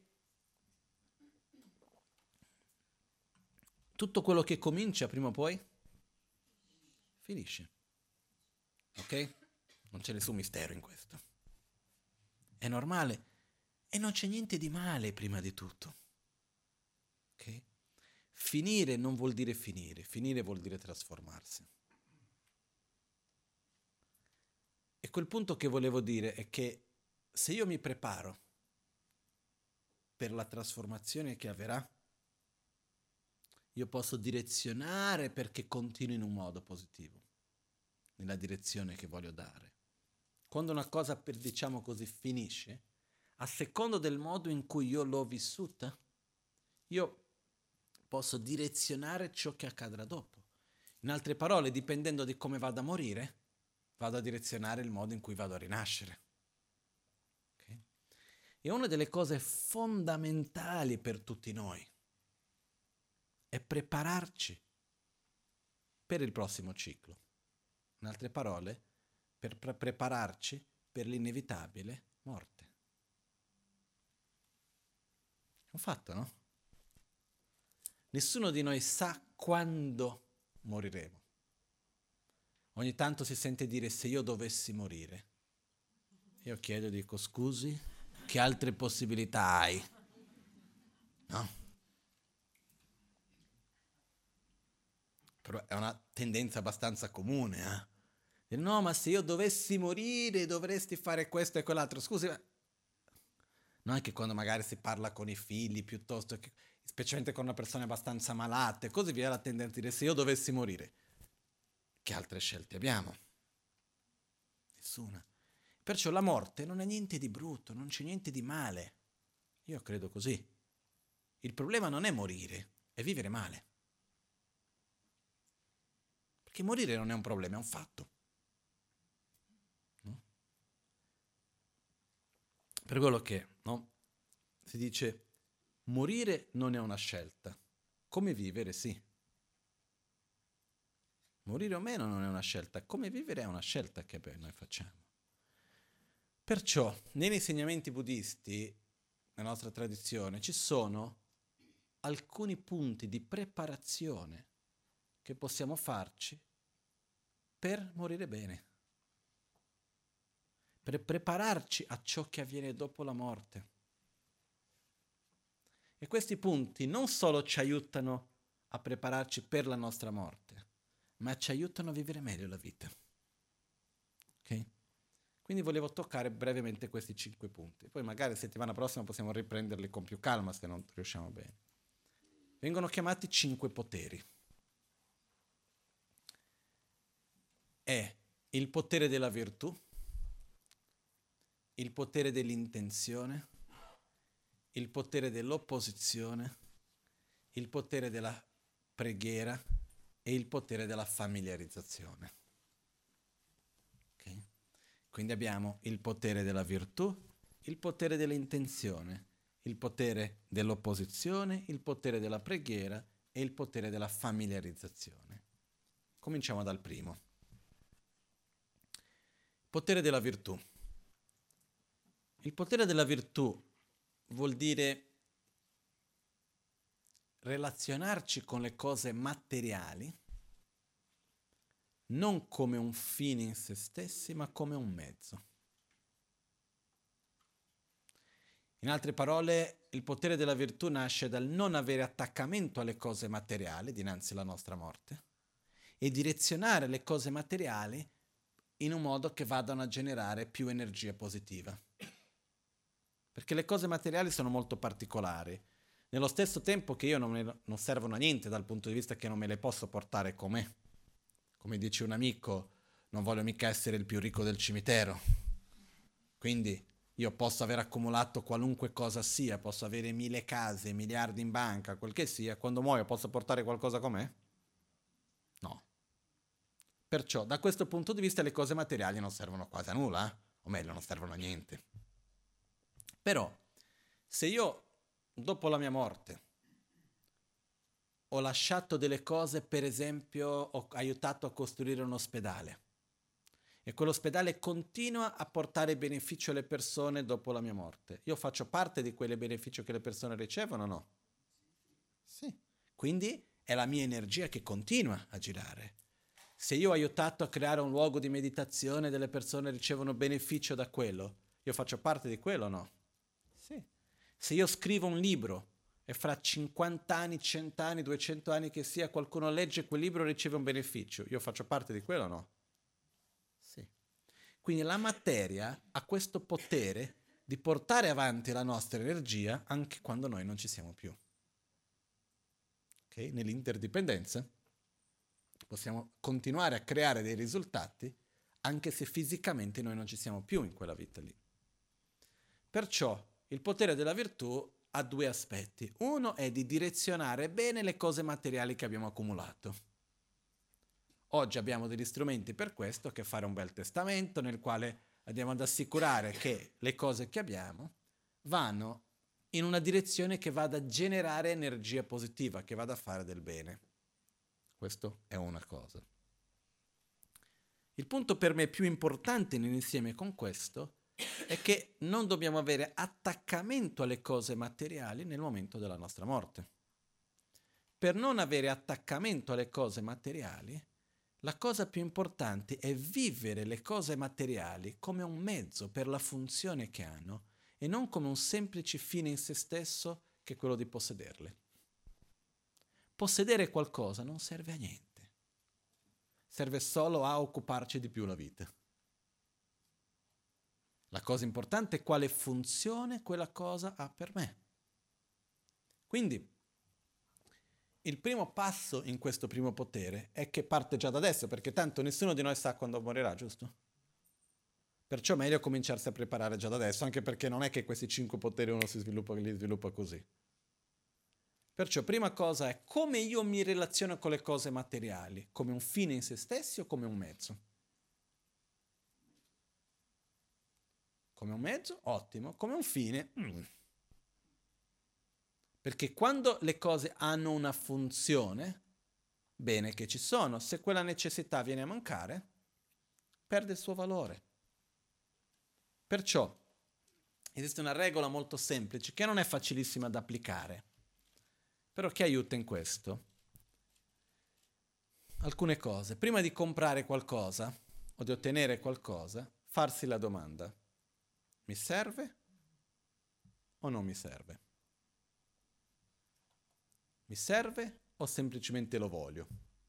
tutto quello che comincia prima o poi finisce. Ok? Non c'è nessun mistero in questo. È normale e non c'è niente di male prima di tutto. Ok? Finire non vuol dire finire, finire vuol dire trasformarsi. E quel punto che volevo dire è che se io mi preparo per la trasformazione che avverrà, io posso direzionare perché continui in un modo positivo, nella direzione che voglio dare. Quando una cosa, per diciamo così, finisce, a secondo del modo in cui io l'ho vissuta, io posso direzionare ciò che accadrà dopo. In altre parole, dipendendo di come vado a morire, vado a direzionare il modo in cui vado a rinascere. Okay? E una delle cose fondamentali per tutti noi è prepararci per il prossimo ciclo. In altre parole, per pre- prepararci per l'inevitabile morte. È un fatto, no? Nessuno di noi sa quando moriremo. Ogni tanto si sente dire se io dovessi morire. Io chiedo, dico scusi, che altre possibilità hai? No? Però è una tendenza abbastanza comune, eh? Dire, no, ma se io dovessi morire dovresti fare questo e quell'altro. Scusi, ma... non è che quando magari si parla con i figli, piuttosto che... specialmente con una persona abbastanza malata, così via, la tendenza di dire, se io dovessi morire, che altre scelte abbiamo? Nessuna. Perciò la morte non è niente di brutto, non c'è niente di male. Io credo così. Il problema non è morire, è vivere male. Perché morire non è un problema, è un fatto. No? Per quello che, no? Si dice, morire non è una scelta. Come vivere, sì. Morire o meno non è una scelta. Come vivere è una scelta che beh, noi facciamo. Perciò, negli insegnamenti buddisti, nella nostra tradizione, ci sono alcuni punti di preparazione che possiamo farci per morire bene, per prepararci a ciò che avviene dopo la morte. E questi punti non solo ci aiutano a prepararci per la nostra morte, ma ci aiutano a vivere meglio la vita. Ok? Quindi volevo toccare brevemente questi cinque punti. Poi magari settimana prossima possiamo riprenderli con più calma se non riusciamo bene. Vengono chiamati cinque poteri. È il potere della virtù, il potere dell'intenzione, il potere dell'opposizione, il potere della preghiera e il potere della familiarizzazione. Okay? Quindi abbiamo il potere della virtù, il potere dell'intenzione, il potere dell'opposizione, il potere della preghiera e il potere della familiarizzazione. Cominciamo dal primo. Potere della virtù. Il potere della virtù vuol dire relazionarci con le cose materiali non come un fine in se stessi, ma come un mezzo. In altre parole, il potere della virtù nasce dal non avere attaccamento alle cose materiali dinanzi alla nostra morte e direzionare le cose materiali in un modo che vadano a generare più energia positiva. Perché le cose materiali sono molto particolari. Nello stesso tempo che io non, me, non servono a niente dal punto di vista che non me le posso portare con me. Come dice un amico, non voglio mica essere il più ricco del cimitero. Quindi io posso aver accumulato qualunque cosa sia, posso avere mille case, miliardi in banca, quel che sia, quando muoio posso portare qualcosa con me? No. Perciò da questo punto di vista le cose materiali non servono quasi a nulla, eh? O meglio, non servono a niente. Però, se io, dopo la mia morte, ho lasciato delle cose, per esempio ho aiutato a costruire un ospedale e quell'ospedale continua a portare beneficio alle persone dopo la mia morte. Io faccio parte di quel beneficio che le persone ricevono o no? Sì. Quindi è la mia energia che continua a girare. Se io ho aiutato a creare un luogo di meditazione, delle persone ricevono beneficio da quello, io faccio parte di quello o no? Sì. Se io scrivo un libro e fra cinquanta anni, cento anni, duecento anni che sia, qualcuno legge quel libro e riceve un beneficio, io faccio parte di quello o no? Sì. Quindi la materia ha questo potere di portare avanti la nostra energia anche quando noi non ci siamo più. Okay? Nell'interdipendenza possiamo continuare a creare dei risultati anche se fisicamente noi non ci siamo più in quella vita lì. Perciò il potere della virtù ha due aspetti. Uno è di direzionare bene le cose materiali che abbiamo accumulato. Oggi abbiamo degli strumenti per questo, che fare un bel testamento nel quale andiamo ad assicurare che le cose che abbiamo vanno in una direzione che vada a generare energia positiva, che vada a fare del bene. Questo è una cosa. Il punto per me più importante nell'insieme con questo è che non dobbiamo avere attaccamento alle cose materiali nel momento della nostra morte. Per non avere attaccamento alle cose materiali, la cosa più importante è vivere le cose materiali come un mezzo per la funzione che hanno e non come un semplice fine in se stesso che è quello di possederle. Possedere qualcosa non serve a niente. Serve solo a occuparci di più la vita. La cosa importante è quale funzione quella cosa ha per me. Quindi, il primo passo in questo primo potere è che parte già da adesso, perché tanto nessuno di noi sa quando morirà, giusto? Perciò è meglio cominciarsi a preparare già da adesso, anche perché non è che questi cinque poteri uno si sviluppa, li sviluppa così. Perciò prima cosa è come io mi relaziono con le cose materiali, come un fine in se stessi o come un mezzo. Come un mezzo? Ottimo. Come un fine? Mm. Perché quando le cose hanno una funzione, bene che ci sono, se quella necessità viene a mancare, perde il suo valore. Perciò esiste una regola molto semplice che non è facilissima da applicare, però che aiuta in questo. Alcune cose. Prima di comprare qualcosa o di ottenere qualcosa, farsi la domanda: mi serve o non mi serve? Mi serve o semplicemente lo voglio?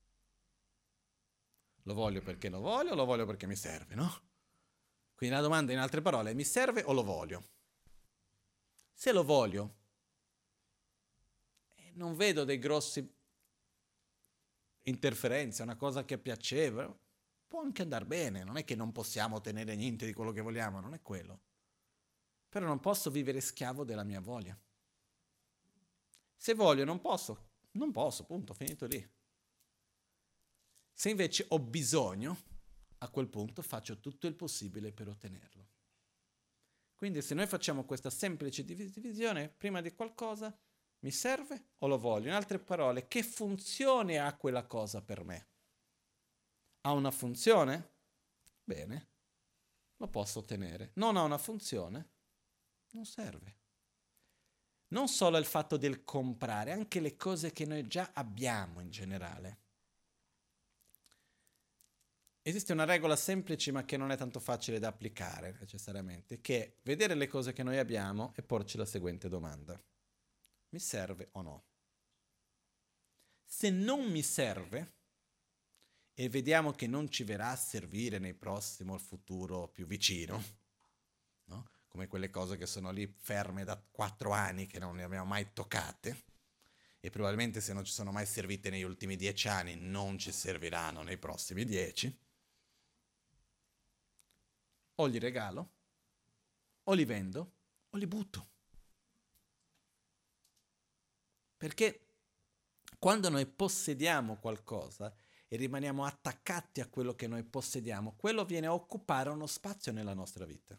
Lo voglio perché lo voglio o lo voglio perché mi serve, no? Quindi la domanda in altre parole è: mi serve o lo voglio? Se lo voglio, non vedo dei grossi interferenze, è una cosa che è piacevole, può anche andare bene, non è che non possiamo ottenere niente di quello che vogliamo, non è quello. Però non posso vivere schiavo della mia voglia. Se voglio non posso, non posso, punto, finito lì. Se invece ho bisogno, a quel punto faccio tutto il possibile per ottenerlo. Quindi se noi facciamo questa semplice divisione, prima di qualcosa, mi serve o lo voglio? In altre parole, che funzione ha quella cosa per me? Ha una funzione? Bene, lo posso ottenere. Non ha una funzione? Non serve. Non solo il fatto del comprare, anche le cose che noi già abbiamo in generale. Esiste una regola semplice ma che non è tanto facile da applicare necessariamente, che è vedere le cose che noi abbiamo e porci la seguente domanda: mi serve o no? Se non mi serve, e vediamo che non ci verrà a servire nei prossimi o futuro più vicino, no? Come quelle cose che sono lì ferme da quattro anni che non le abbiamo mai toccate e probabilmente se non ci sono mai servite negli ultimi dieci anni non ci serviranno nei prossimi dieci, o li regalo, o li vendo, o li butto. Perché quando noi possediamo qualcosa e rimaniamo attaccati a quello che noi possediamo, quello viene a occupare uno spazio nella nostra vita.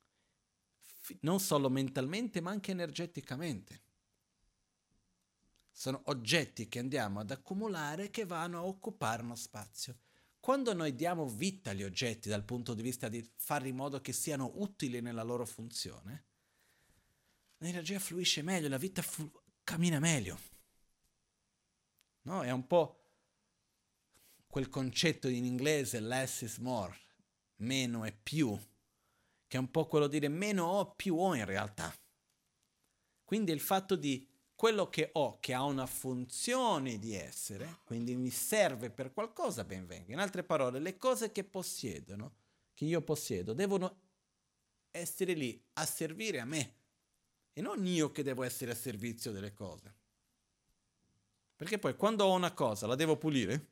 Non solo mentalmente, ma anche energeticamente. Sono oggetti che andiamo ad accumulare che vanno a occupare uno spazio. Quando noi diamo vita agli oggetti dal punto di vista di fare in modo che siano utili nella loro funzione, l'energia fluisce meglio, la vita flu- cammina meglio. No? È un po' quel concetto in inglese less is more, meno è più, che è un po' quello di dire meno ho, più ho in realtà. Quindi il fatto di quello che ho, che ha una funzione di essere, quindi mi serve per qualcosa, ben venga. In altre parole, le cose che possiedono, che io possiedo, devono essere lì a servire a me e non io che devo essere a servizio delle cose. Perché poi quando ho una cosa la devo pulire,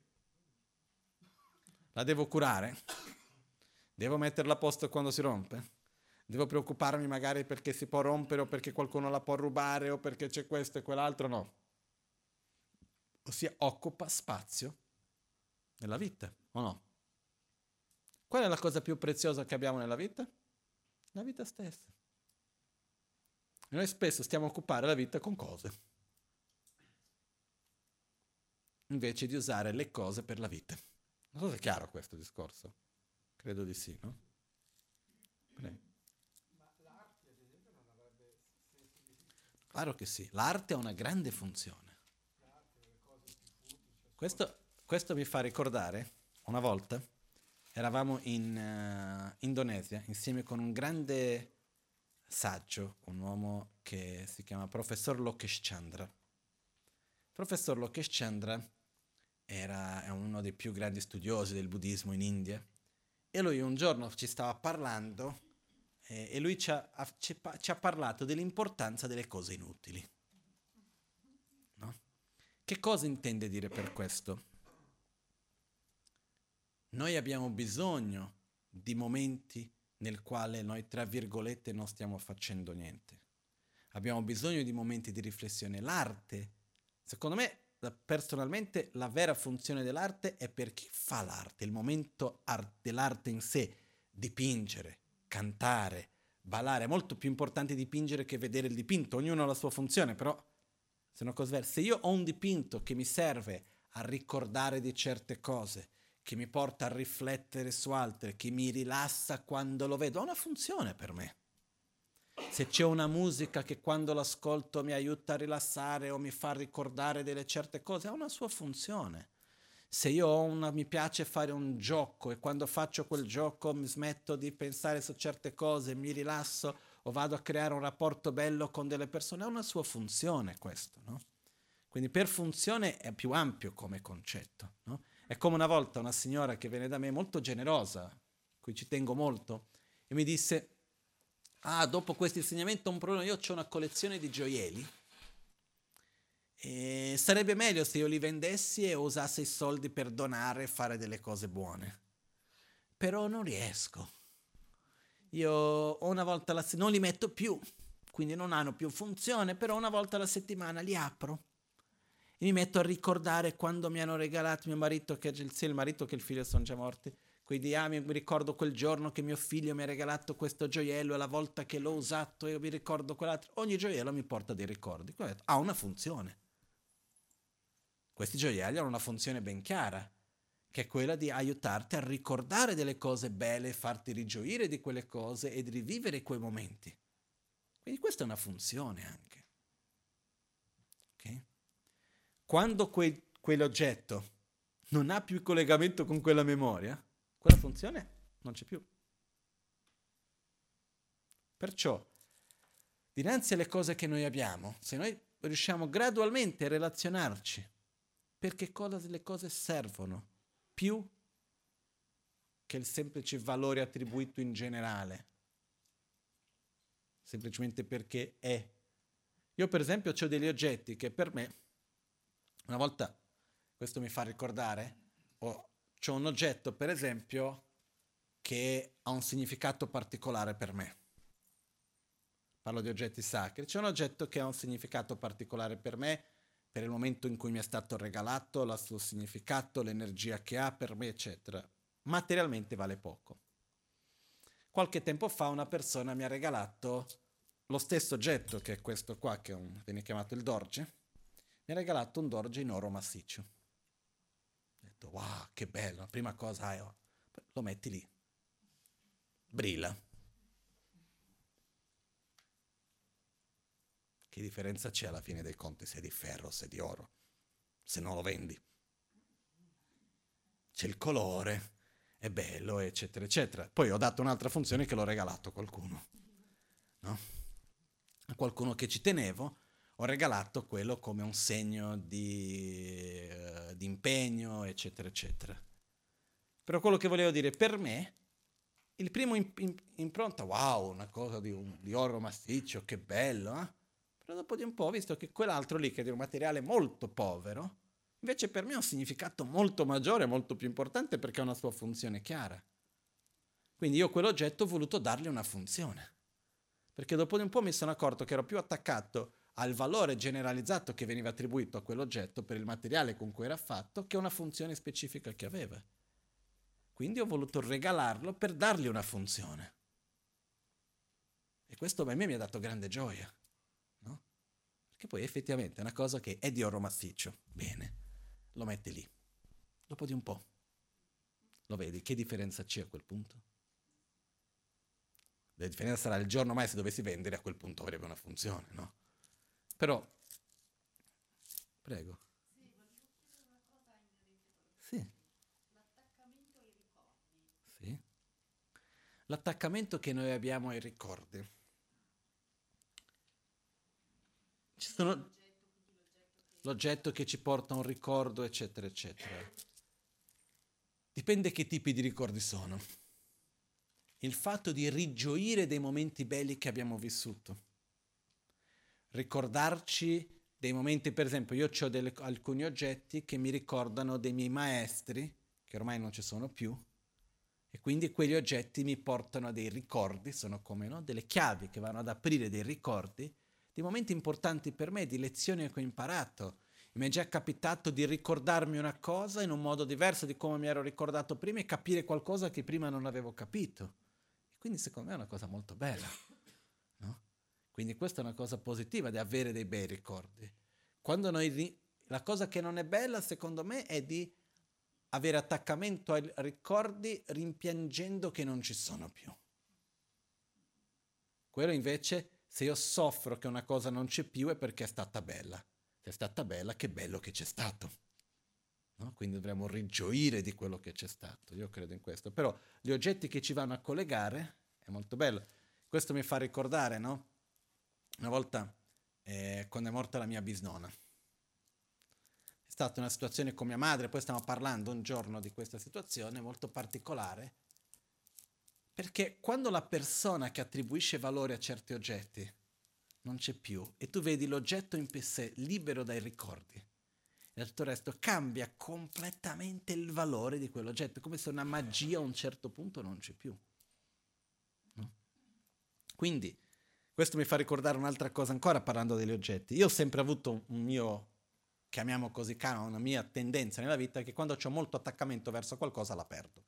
la devo curare, devo metterla a posto quando si rompe, devo preoccuparmi magari perché si può rompere o perché qualcuno la può rubare o perché c'è questo e quell'altro, no. Ossia occupa spazio nella vita, o no? Qual è la cosa più preziosa che abbiamo nella vita? La vita stessa. E noi spesso stiamo a occupare la vita con cose, invece di usare le cose per la vita. Non so se è chiaro questo discorso. Credo di sì, no? Prego. Claro che sì, l'arte ha una grande funzione. Questo, questo mi fa ricordare, una volta, eravamo in uh, Indonesia insieme con un grande saggio, un uomo che si chiama Professor Lokesh Chandra. Professor Lokesh Chandra era è uno dei più grandi studiosi del buddismo in India e lui un giorno ci stava parlando eh, e lui ci ha, ci, ci ha parlato dell'importanza delle cose inutili. No? Che cosa intende dire per questo? Noi abbiamo bisogno di momenti nel quale noi, tra virgolette, non stiamo facendo niente. Abbiamo bisogno di momenti di riflessione. L'arte, secondo me, personalmente, la vera funzione dell'arte è per chi fa l'arte, il momento art- dell'arte in sé, dipingere, cantare, ballare. È molto più importante dipingere che vedere il dipinto, ognuno ha la sua funzione, però sono cose diverse. Se io ho un dipinto che mi serve a ricordare di certe cose, che mi porta a riflettere su altre, che mi rilassa quando lo vedo, ha una funzione per me. Se c'è una musica che quando l'ascolto mi aiuta a rilassare o mi fa ricordare delle certe cose, ha una sua funzione. Se io ho una, mi piace fare un gioco e quando faccio quel gioco mi smetto di pensare su certe cose, mi rilasso o vado a creare un rapporto bello con delle persone, ha una sua funzione questo, no? Quindi per funzione è più ampio come concetto, no? È come una volta una signora che viene da me molto generosa, cui ci tengo molto, e mi disse: ah, dopo questo insegnamento ho un problema, io ho una collezione di gioielli e sarebbe meglio se io li vendessi e usassi i soldi per donare e fare delle cose buone. Però non riesco. Io una volta alla settimana, non li metto più, quindi non hanno più funzione, però una volta alla settimana li apro e mi metto a ricordare quando mi hanno regalato mio marito, che sia il marito che il figlio sono già morti. Quindi ah, mi ricordo quel giorno che mio figlio mi ha regalato questo gioiello e la volta che l'ho usato io mi ricordo quell'altro. Ogni gioiello mi porta dei ricordi. Detto, ha una funzione. Questi gioielli hanno una funzione ben chiara, che è quella di aiutarti a ricordare delle cose belle, farti rigioire di quelle cose e di rivivere quei momenti. Quindi questa è una funzione anche. Okay? Quando que- quell'oggetto non ha più collegamento con quella memoria, quella funzione non c'è più. Perciò, dinanzi alle cose che noi abbiamo, se noi riusciamo gradualmente a relazionarci, perché cosa le cose servono più che il semplice valore attribuito in generale, semplicemente perché è. Io per esempio ho degli oggetti che per me, una volta, questo mi fa ricordare, ho, c'ho un oggetto per esempio che ha un significato particolare per me. Parlo di oggetti sacri. C'è un oggetto che ha un significato particolare per me, per il momento in cui mi è stato regalato, il suo significato, l'energia che ha per me, eccetera. Materialmente vale poco. Qualche tempo fa una persona mi ha regalato lo stesso oggetto, che è questo qua, che un, viene chiamato il Dorje, mi ha regalato un Dorje in oro massiccio. Ho detto, wow, che bello, la prima cosa è, oh, lo metti lì, brilla. Che differenza c'è alla fine dei conti se è di ferro, se è di oro, se non lo vendi? C'è il colore, è bello, eccetera, eccetera. Poi ho dato un'altra funzione che l'ho regalato a qualcuno, no? A qualcuno che ci tenevo, ho regalato quello come un segno di, uh, di impegno, eccetera, eccetera. Però quello che volevo dire, per me, il primo imp- imp- impronta, wow, una cosa di, un, di oro massiccio, che bello, eh? Però dopo di un po' ho visto che quell'altro lì, che è di un materiale molto povero, invece per me ha un significato molto maggiore, molto più importante perché ha una sua funzione chiara. Quindi io a quell'oggetto ho voluto dargli una funzione. Perché dopo di un po' mi sono accorto che ero più attaccato al valore generalizzato che veniva attribuito a quell'oggetto per il materiale con cui era fatto che una funzione specifica che aveva. Quindi ho voluto regalarlo per dargli una funzione. E questo a me mi ha dato grande gioia, no? Perché poi effettivamente è una cosa che è di oro massiccio. Bene, lo metti lì. Dopo di un po' lo vedi, che differenza c'è a quel punto? La differenza sarà il giorno mai se dovessi vendere, a quel punto avrebbe una funzione, no? Però, prego. Sì. Sì. L'attaccamento che noi abbiamo ai ricordi. Ci sono l'oggetto che ci porta a un ricordo, eccetera, eccetera. Dipende che tipi di ricordi sono. Il fatto di rigioire dei momenti belli che abbiamo vissuto. Ricordarci dei momenti, per esempio, io ho delle, alcuni oggetti che mi ricordano dei miei maestri, che ormai non ci sono più, e quindi quegli oggetti mi portano a dei ricordi, sono come no? delle chiavi che vanno ad aprire dei ricordi, di momenti importanti per me, di lezioni che ho imparato. Mi è già capitato di ricordarmi una cosa in un modo diverso di come mi ero ricordato prima e capire qualcosa che prima non avevo capito. Quindi secondo me è una cosa molto bella, no? Quindi questa è una cosa positiva di avere dei bei ricordi. Quando noi ri- la cosa che non è bella, secondo me, è di avere attaccamento ai ricordi rimpiangendo che non ci sono più. Quello invece, se io soffro che una cosa non c'è più è perché è stata bella. Se è stata bella, che bello che c'è stato. No? Quindi dovremmo rigioire di quello che c'è stato. Io credo in questo. Però gli oggetti che ci vanno a collegare è molto bello. Questo mi fa ricordare, no? Una volta, eh, quando è morta la mia bisnonna, è stata una situazione con mia madre, poi stiamo parlando un giorno di questa situazione molto particolare, perché quando la persona che attribuisce valore a certi oggetti non c'è più e tu vedi l'oggetto in sé libero dai ricordi, e tutto il resto cambia completamente il valore di quell'oggetto, come se una magia a un certo punto non c'è più. No? Quindi questo mi fa ricordare un'altra cosa ancora parlando degli oggetti. Io ho sempre avuto un mio, chiamiamo così, una mia tendenza nella vita che quando ho molto attaccamento verso qualcosa la perdo.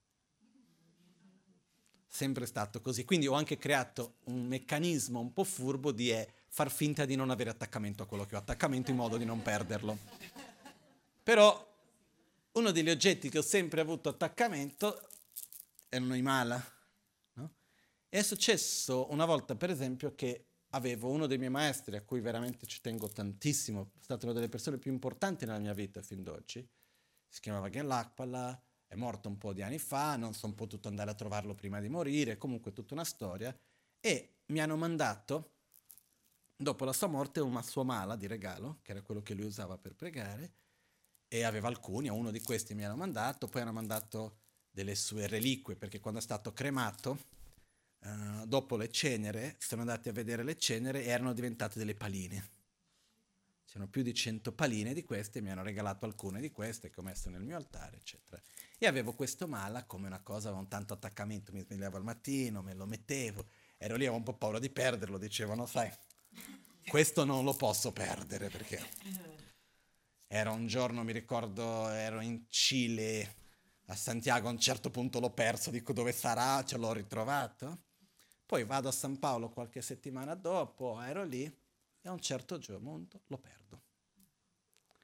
Sempre stato così. Quindi ho anche creato un meccanismo un po' furbo di eh, far finta di non avere attaccamento a quello che ho attaccamento in modo di non perderlo. Però uno degli oggetti che ho sempre avuto attaccamento erano i mala. No? È successo una volta, per esempio, che avevo uno dei miei maestri a cui veramente ci tengo tantissimo, è stata una delle persone più importanti nella mia vita fin d'oggi, si chiamava Gelakpala, è morto un po' di anni fa, non sono potuto andare a trovarlo prima di morire, comunque tutta una storia, e mi hanno mandato, dopo la sua morte, una sua mala di regalo, che era quello che lui usava per pregare, e aveva alcuni, a uno di questi mi hanno mandato, poi hanno mandato delle sue reliquie, perché quando è stato cremato, uh, dopo le cenere, sono andati a vedere le cenere e erano diventate delle paline. C'erano più di cento paline di queste, mi hanno regalato alcune di queste che ho messo nel mio altare, eccetera. E avevo questo mala come una cosa, avevo un tanto attaccamento, mi svegliavo al mattino, me lo mettevo, ero lì, avevo un po' paura di perderlo, dicevano, sai, questo non lo posso perdere perché era un giorno, mi ricordo, ero in Cile, a Santiago, a un certo punto l'ho perso, dico dove sarà, ce l'ho ritrovato. Poi vado a San Paolo qualche settimana dopo, ero lì e a un certo punto lo perdo.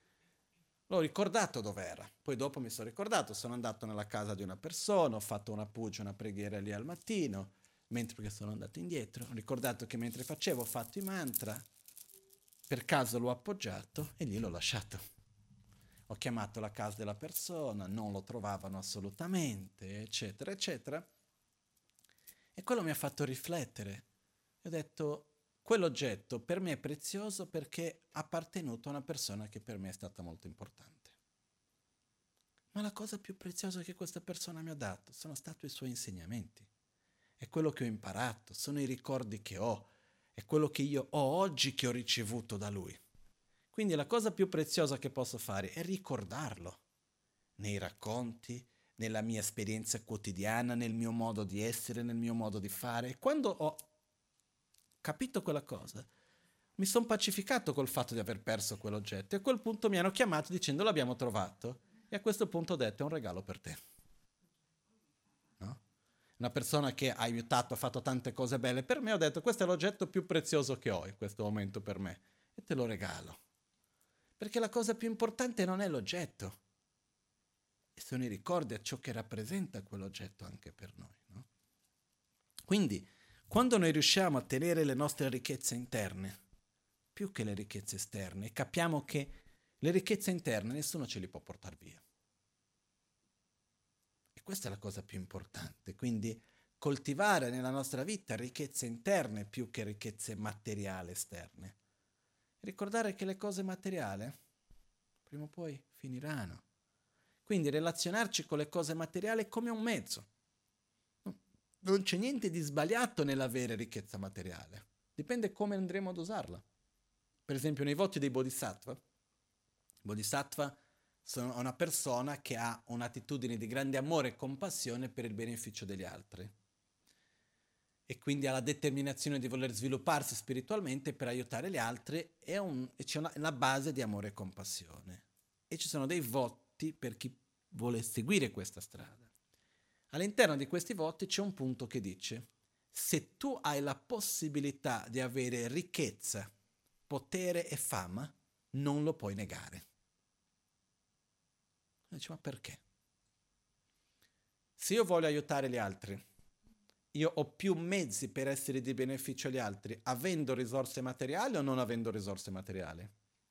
L'ho ricordato dov'era, poi dopo mi sono ricordato, sono andato nella casa di una persona, ho fatto una pugia, una preghiera lì al mattino, mentre perché sono andato indietro, ho ricordato che mentre facevo ho fatto i mantra, per caso l'ho appoggiato e lì l'ho lasciato. Ho chiamato la casa della persona, non lo trovavano assolutamente, eccetera, eccetera. E quello mi ha fatto riflettere. Ho detto, quell'oggetto per me è prezioso perché ha appartenuto a una persona che per me è stata molto importante. Ma la cosa più preziosa che questa persona mi ha dato sono stati i suoi insegnamenti. È quello che ho imparato, sono i ricordi che ho, è quello che io ho oggi che ho ricevuto da lui. Quindi la cosa più preziosa che posso fare è ricordarlo nei racconti, nella mia esperienza quotidiana, nel mio modo di essere, nel mio modo di fare. E quando ho capito quella cosa, mi sono pacificato col fatto di aver perso quell'oggetto e a quel punto mi hanno chiamato dicendo l'abbiamo trovato e a questo punto ho detto è un regalo per te. No? Una persona che ha aiutato, ha fatto tante cose belle per me, ho detto questo è l'oggetto più prezioso che ho in questo momento per me e te lo regalo. Perché la cosa più importante non è l'oggetto, sono i ricordi a ciò che rappresenta quell'oggetto anche per noi. No? Quindi, quando noi riusciamo a tenere le nostre ricchezze interne, più che le ricchezze esterne, capiamo che le ricchezze interne nessuno ce li può portare via. E questa è la cosa più importante. Quindi coltivare nella nostra vita ricchezze interne più che ricchezze materiali esterne. Ricordare che le cose materiali prima o poi finiranno. Quindi relazionarci con le cose materiali è come un mezzo. Non c'è niente di sbagliato nell'avere ricchezza materiale. Dipende come andremo ad usarla. Per esempio nei voti dei bodhisattva. Bodhisattva sono una persona che ha un'attitudine di grande amore e compassione per il beneficio degli altri. E quindi ha la determinazione di voler svilupparsi spiritualmente per aiutare gli altri e, un, e c'è una, una base di amore e compassione. E ci sono dei voti per chi vuole seguire questa strada. All'interno di questi voti c'è un punto che dice: se tu hai la possibilità di avere ricchezza, potere e fama, non lo puoi negare. E dice, ma perché? Se io voglio aiutare gli altri, io ho più mezzi per essere di beneficio agli altri, avendo risorse materiali o non avendo risorse materiali?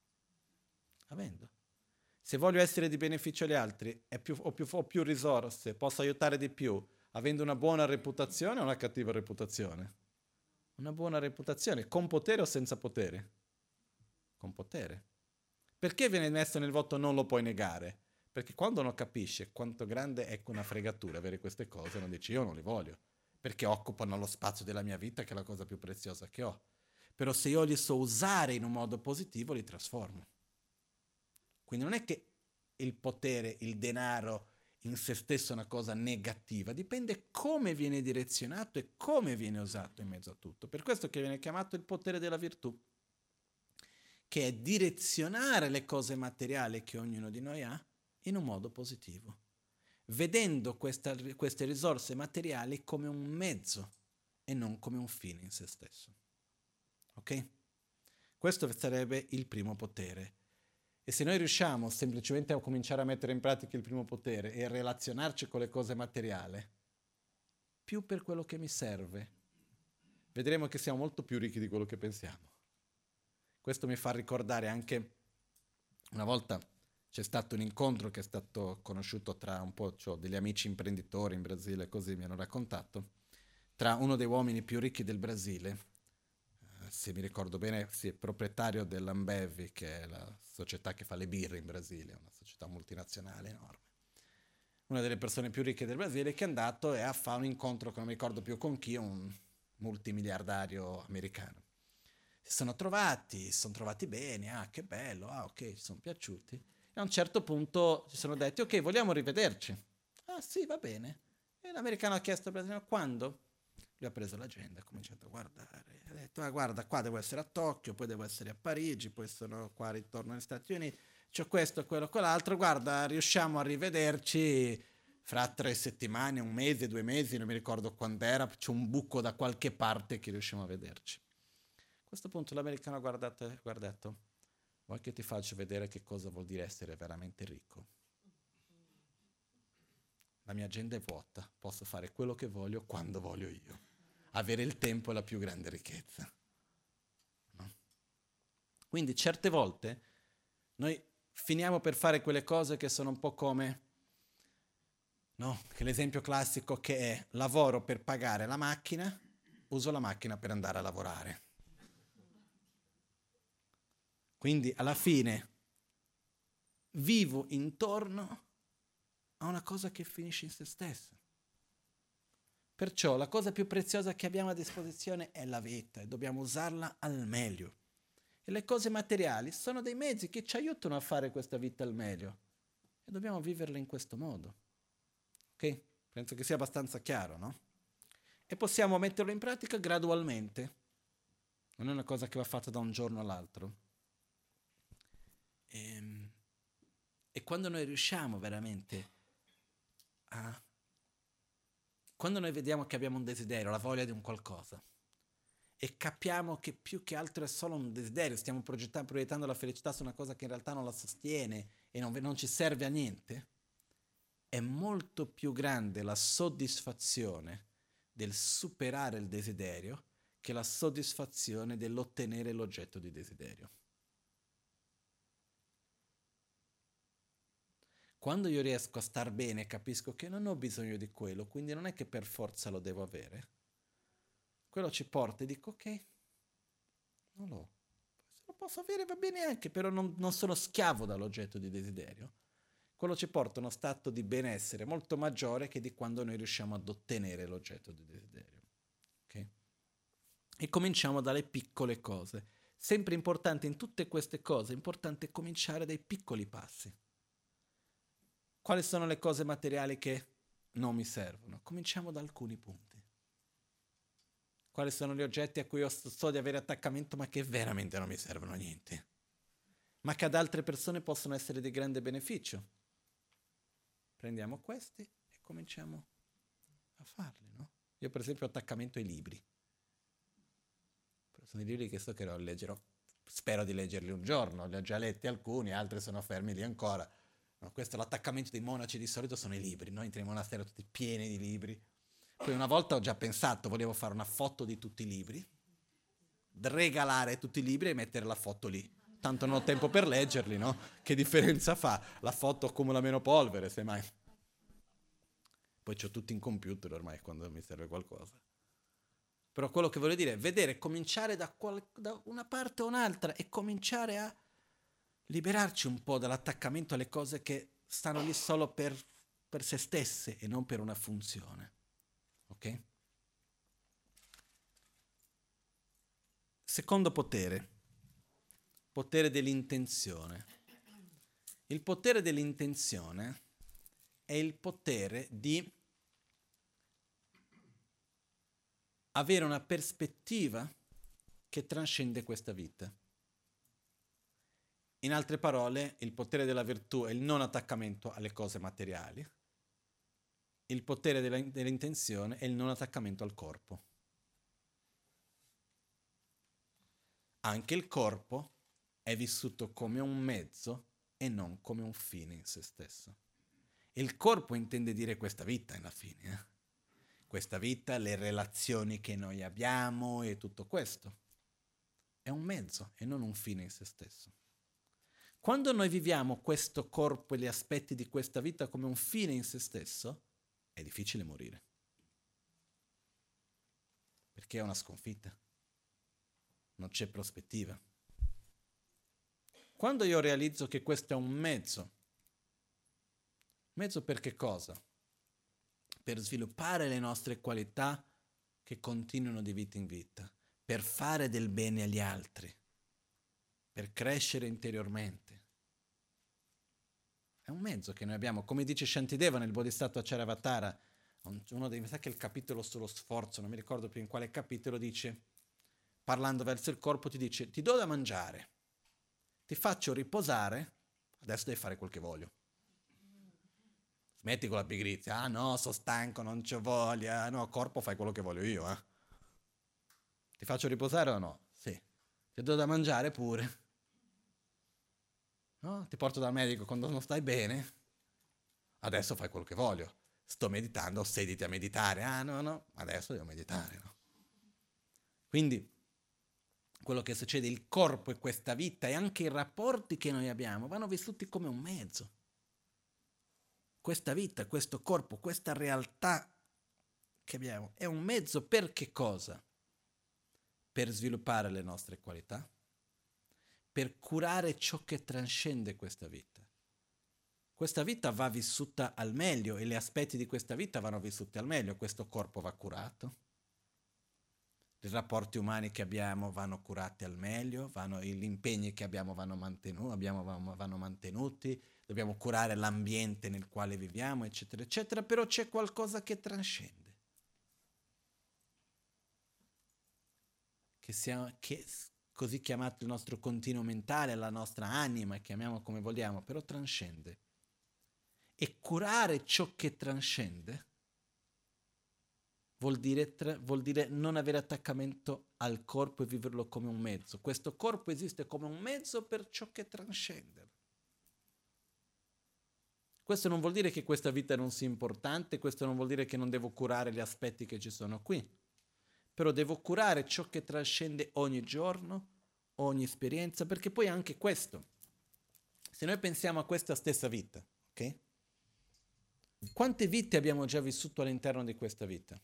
Avendo. Se voglio essere di beneficio agli altri e più, ho, più, ho più risorse, posso aiutare di più, avendo una buona reputazione o una cattiva reputazione? Una buona reputazione, con potere o senza potere? Con potere. Perché viene messo nel voto non lo puoi negare? Perché quando uno capisce quanto grande è una fregatura avere queste cose, non dice io non li voglio, perché occupano lo spazio della mia vita che è la cosa più preziosa che ho. Però se io li so usare in un modo positivo, li trasformo. Quindi non è che il potere, il denaro in se stesso è una cosa negativa, dipende come viene direzionato e come viene usato in mezzo a tutto. Per questo che viene chiamato il potere della virtù, che è direzionare le cose materiali che ognuno di noi ha in un modo positivo, vedendo questa, queste risorse materiali come un mezzo e non come un fine in se stesso. Ok? Questo sarebbe il primo potere. E se noi riusciamo semplicemente a cominciare a mettere in pratica il primo potere e a relazionarci con le cose materiali, più per quello che mi serve, vedremo che siamo molto più ricchi di quello che pensiamo. Questo mi fa ricordare anche, una volta c'è stato un incontro che è stato conosciuto tra un po', cioè degli amici imprenditori in Brasile, così mi hanno raccontato, tra uno dei uomini più ricchi del Brasile, se mi ricordo bene, sì, è proprietario dell'Ambev, che è la società che fa le birre in Brasile, una società multinazionale enorme. Una delle persone più ricche del Brasile che è andato e ha fatto un incontro, che non mi ricordo più con chi, un multimiliardario americano. Si sono trovati, si sono trovati bene, ah che bello, ah ok, ci sono piaciuti. E a un certo punto si sono detti, ok, vogliamo rivederci. Ah sì, va bene. E l'americano ha chiesto al brasiliano, quando? Lui ha preso l'agenda, ha cominciato a guardare, ha detto, ah, guarda, qua devo essere a Tokyo, poi devo essere a Parigi, poi sono qua ritorno negli Stati Uniti, c'ho questo, quello, quell'altro, guarda, riusciamo a rivederci fra tre settimane, un mese, due mesi, non mi ricordo quando era, c'è un buco da qualche parte che riusciamo a vederci. A questo punto l'americano ha guardato e ha guardato, Vuoi che ti faccio vedere che cosa vuol dire essere veramente ricco? La mia agenda è vuota, posso fare quello che voglio quando voglio io. Avere il tempo è la più grande ricchezza. No? Quindi certe volte noi finiamo per fare quelle cose che sono un po' come, no? Che l'esempio classico che è lavoro per pagare la macchina, uso la macchina per andare a lavorare. Quindi alla fine vivo intorno a una cosa che finisce in se stessa. Perciò la cosa più preziosa che abbiamo a disposizione è la vita e dobbiamo usarla al meglio. E le cose materiali sono dei mezzi che ci aiutano a fare questa vita al meglio. E dobbiamo viverla in questo modo. Ok? Penso che sia abbastanza chiaro, no? E possiamo metterlo in pratica gradualmente. Non è una cosa che va fatta da un giorno all'altro. E, e quando noi riusciamo veramente a... Quando noi vediamo che abbiamo un desiderio, la voglia di un qualcosa, e capiamo che più che altro è solo un desiderio, stiamo progettando, proiettando la felicità su una cosa che in realtà non la sostiene e non, non ci serve a niente, è molto più grande la soddisfazione del superare il desiderio che la soddisfazione dell'ottenere l'oggetto di desiderio. Quando io riesco a star bene capisco che non ho bisogno di quello, quindi non è che per forza lo devo avere. Quello ci porta e dico ok, non l'ho. Se lo posso avere va bene anche, però non, non sono schiavo dall'oggetto di desiderio. Quello ci porta a uno stato di benessere molto maggiore che di quando noi riusciamo ad ottenere l'oggetto di desiderio. Okay? E cominciamo dalle piccole cose. Sempre importante in tutte queste cose, è importante cominciare dai piccoli passi. Quali sono le cose materiali che non mi servono? Cominciamo da alcuni punti. Quali sono gli oggetti a cui io so di avere attaccamento ma che veramente non mi servono a niente? Ma che ad altre persone possono essere di grande beneficio? Prendiamo questi e cominciamo a farli, no? Io per esempio ho attaccamento ai libri. Sono i libri che so che leggerò. Spero di leggerli un giorno, li ho già letti alcuni, altri sono fermi lì ancora. No, questo è l'attaccamento dei monaci, di solito sono i libri, noi entriamo in monastero tutti pieni di libri. Poi una volta ho già pensato, volevo fare una foto di tutti i libri, regalare tutti i libri e mettere la foto lì. Tanto non ho tempo per leggerli, no? Che differenza fa? La foto accumula meno polvere, semmai. Poi c'ho tutto in computer ormai quando mi serve qualcosa. Però quello che voglio dire è vedere, cominciare da, qual- da una parte o un'altra e cominciare a liberarci un po' dall'attaccamento alle cose che stanno lì solo per, per se stesse e non per una funzione. Ok? Secondo potere, potere dell'intenzione. Il potere dell'intenzione è il potere di avere una prospettiva che trascende questa vita. In altre parole, il potere della virtù è il non attaccamento alle cose materiali. Il potere della, dell'intenzione è il non attaccamento al corpo. Anche il corpo è vissuto come un mezzo e non come un fine in se stesso. Il corpo intende dire questa vita alla fine. Eh? Questa vita, le relazioni che noi abbiamo e tutto questo. È un mezzo e non un fine in se stesso. Quando noi viviamo questo corpo e gli aspetti di questa vita come un fine in se stesso, è difficile morire. Perché è una sconfitta. Non c'è prospettiva. Quando io realizzo che questo è un mezzo, mezzo per che cosa? Per sviluppare le nostre qualità che continuano di vita in vita, per fare del bene agli altri, per crescere interiormente. È un mezzo che noi abbiamo, come dice Shantideva nel Bodhisattva Charavatara, uno dei, mi sa che il capitolo sullo sforzo, non mi ricordo più in quale capitolo, dice, parlando verso il corpo, ti dice, ti do da mangiare, ti faccio riposare, adesso devi fare quel che voglio. Smetti con la pigrizia, ah no, sono stanco, non c'ho voglia, no, corpo fai quello che voglio io, eh. Ti faccio riposare o no? Sì. Ti do da mangiare pure. no? Ti porto dal medico quando non stai bene, adesso fai quello che voglio. Sto meditando, sediti a meditare. Ah no, no, adesso devo meditare, no? Quindi quello che succede, il corpo e questa vita e anche i rapporti che noi abbiamo vanno vissuti come un mezzo. Questa vita, questo corpo, questa realtà che abbiamo è un mezzo per che cosa? Per sviluppare le nostre qualità, per curare ciò che trascende questa vita. Questa vita va vissuta al meglio e gli aspetti di questa vita vanno vissuti al meglio. Questo corpo va curato, i rapporti umani che abbiamo vanno curati al meglio, vanno, gli impegni che abbiamo vanno, mantenu- abbiamo vanno mantenuti, dobbiamo curare l'ambiente nel quale viviamo, eccetera, eccetera, però c'è qualcosa che trascende, che, sia, che così chiamato il nostro continuo mentale, la nostra anima, chiamiamo come vogliamo, però trascende. E curare ciò che trascende vuol dire, tra, vuol dire non avere attaccamento al corpo e viverlo come un mezzo. Questo corpo esiste come un mezzo per ciò che trascende. Questo non vuol dire che questa vita non sia importante, questo non vuol dire che non devo curare gli aspetti che ci sono qui, però devo curare ciò che trascende ogni giorno, ogni esperienza, perché poi anche questo, se noi pensiamo a questa stessa vita, ok? Quante vite abbiamo già vissuto all'interno di questa vita?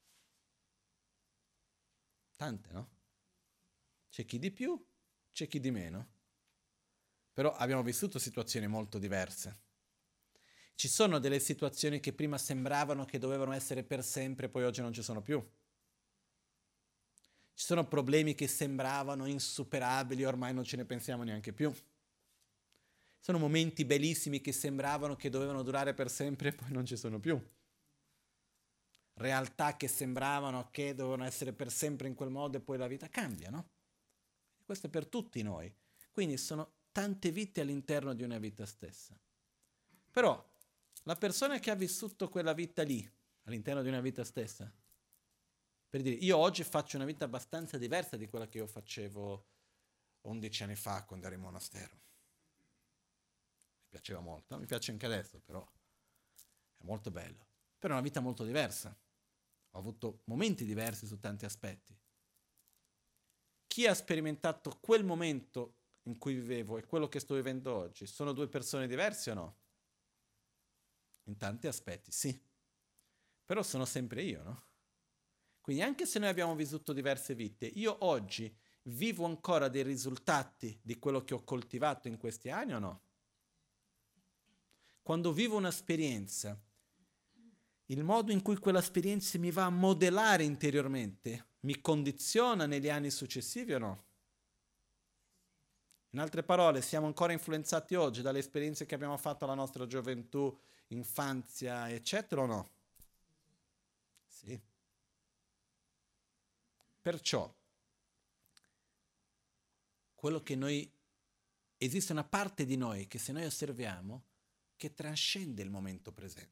Tante, no? C'è chi di più, c'è chi di meno. Però abbiamo vissuto situazioni molto diverse. Ci sono delle situazioni che prima sembravano che dovevano essere per sempre, poi oggi non ci sono più. Ci sono problemi che sembravano insuperabili, ormai non ce ne pensiamo neanche più. Sono momenti bellissimi che sembravano che dovevano durare per sempre e poi non ci sono più. Realtà che sembravano che dovevano essere per sempre in quel modo e poi la vita cambia, no? Questo è per tutti noi. Quindi sono tante vite all'interno di una vita stessa. Però la persona che ha vissuto quella vita lì, all'interno di una vita stessa, per dire, io oggi faccio una vita abbastanza diversa di quella che io facevo undici anni fa quando ero in monastero. Mi piaceva molto, mi piace anche adesso, però è molto bello. Però è una vita molto diversa. Ho avuto momenti diversi su tanti aspetti. Chi ha sperimentato quel momento in cui vivevo e quello che sto vivendo oggi, sono due persone diverse o no? In tanti aspetti, sì. Però sono sempre io, no? Quindi anche se noi abbiamo vissuto diverse vite, io oggi vivo ancora dei risultati di quello che ho coltivato in questi anni o no? Quando vivo un'esperienza, il modo in cui quell'esperienza mi va a modellare interiormente mi condiziona negli anni successivi o no? In altre parole, siamo ancora influenzati oggi dalle esperienze che abbiamo fatto alla nostra gioventù, infanzia, eccetera o no? Sì. Perciò, quello che noi, esiste una parte di noi che se noi osserviamo, che trascende il momento presente.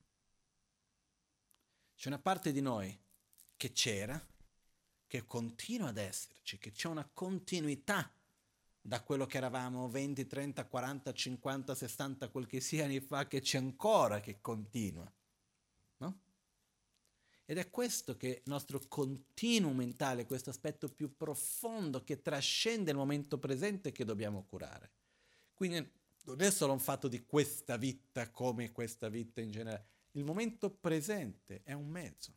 C'è una parte di noi che c'era, che continua ad esserci, che c'è una continuità da quello che eravamo venti, trenta, quaranta, cinquanta, sessanta, quel che sia anni fa, che c'è ancora, che continua. No? Ed è questo che il nostro continuo mentale, questo aspetto più profondo che trascende il momento presente che dobbiamo curare. Quindi non è solo un fatto di questa vita come questa vita in generale. Il momento presente è un mezzo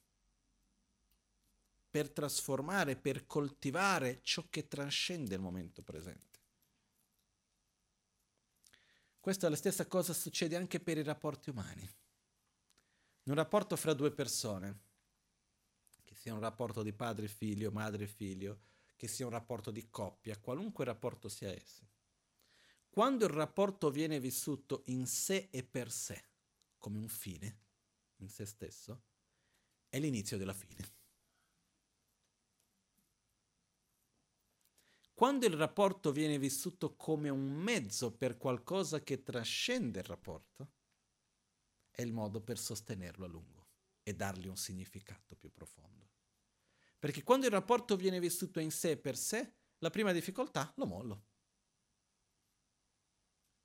per trasformare, per coltivare ciò che trascende il momento presente. Questa è la stessa cosa succede anche per i rapporti umani. In un rapporto fra due persone, che sia un rapporto di padre-figlio, madre-figlio, che sia un rapporto di coppia, qualunque rapporto sia esso, quando il rapporto viene vissuto in sé e per sé, come un fine, in se stesso, è l'inizio della fine. Quando il rapporto viene vissuto come un mezzo per qualcosa che trascende il rapporto, è il modo per sostenerlo a lungo e dargli un significato più profondo. Perché quando il rapporto viene vissuto in sé e per sé, la prima difficoltà lo mollo.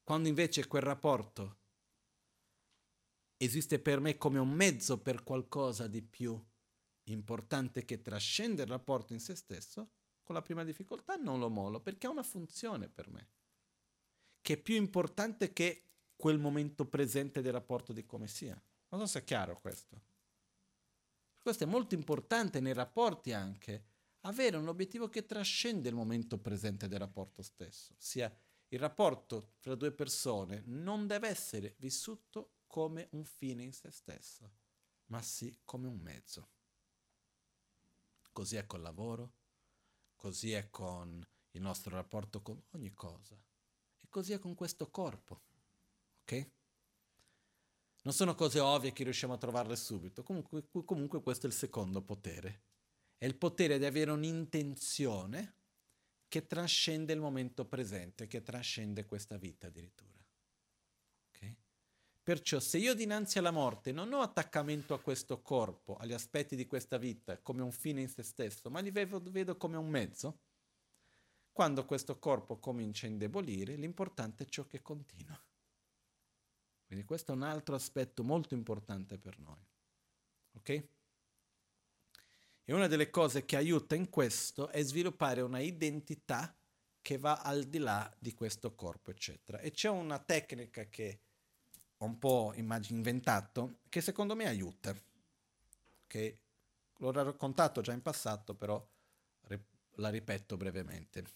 Quando invece quel rapporto esiste per me come un mezzo per qualcosa di più importante che trascende il rapporto in se stesso, con la prima difficoltà non lo mollo, perché ha una funzione per me, che è più importante che quel momento presente del rapporto di come sia. Non so se è chiaro questo. Questo è molto importante nei rapporti anche, avere un obiettivo che trascende il momento presente del rapporto stesso, ossia il rapporto tra due persone non deve essere vissuto come un fine in se stesso, ma sì come un mezzo. Così è col lavoro, così è con il nostro rapporto con ogni cosa, e così è con questo corpo, ok? Non sono cose ovvie che riusciamo a trovarle subito, comunque, comunque questo è il secondo potere. È il potere di avere un'intenzione che trascende il momento presente, che trascende questa vita addirittura. Okay? Perciò se io dinanzi alla morte non ho attaccamento a questo corpo, agli aspetti di questa vita, come un fine in se stesso, ma li vedo, vedo come un mezzo, quando questo corpo comincia a indebolire, l'importante è ciò che continua. Quindi questo è un altro aspetto molto importante per noi. Ok? E una delle cose che aiuta in questo è sviluppare una identità che va al di là di questo corpo, eccetera. E c'è una tecnica che ho un po' immagino inventato, che secondo me aiuta. Che l'ho raccontato già in passato, però la ripeto brevemente.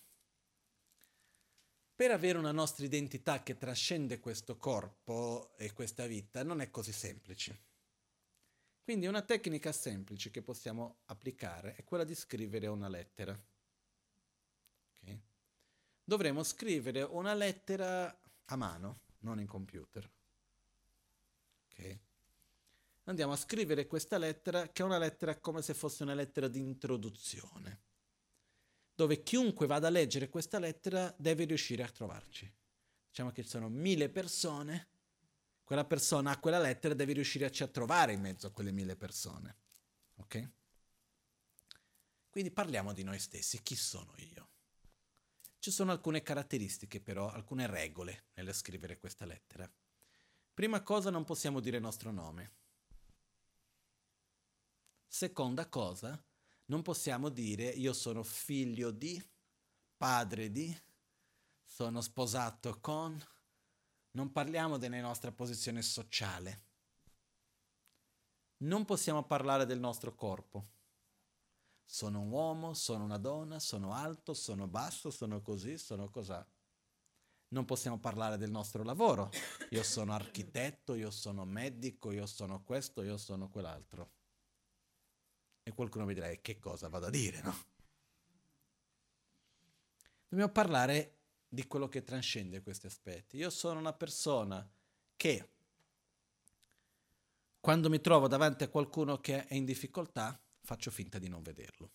Per avere una nostra identità che trascende questo corpo e questa vita non è così semplice. Quindi una tecnica semplice che possiamo applicare è quella di scrivere una lettera. Okay? Dovremo scrivere una lettera a mano, non in computer. Okay? Andiamo a scrivere questa lettera, che è una lettera come se fosse una lettera di introduzione, dove chiunque vada a leggere questa lettera deve riuscire a trovarci. Diciamo che ci sono mille persone, quella persona ha quella lettera e deve riuscirci a trovare in mezzo a quelle mille persone. Ok? Quindi parliamo di noi stessi. Chi sono io? Ci sono alcune caratteristiche però, alcune regole nel scrivere questa lettera. Prima cosa, non possiamo dire il nostro nome. Seconda cosa, non possiamo dire io sono figlio di, padre di, sono sposato con. Non parliamo della nostra posizione sociale. Non possiamo parlare del nostro corpo. Sono un uomo, sono una donna, sono alto, sono basso, sono così, sono cos'ha. Non possiamo parlare del nostro lavoro. Io sono architetto, io sono medico, io sono questo, io sono quell'altro. E qualcuno mi dirà, che cosa vado a dire, no? Dobbiamo parlare di quello che trascende questi aspetti. Io sono una persona che, quando mi trovo davanti a qualcuno che è in difficoltà, faccio finta di non vederlo.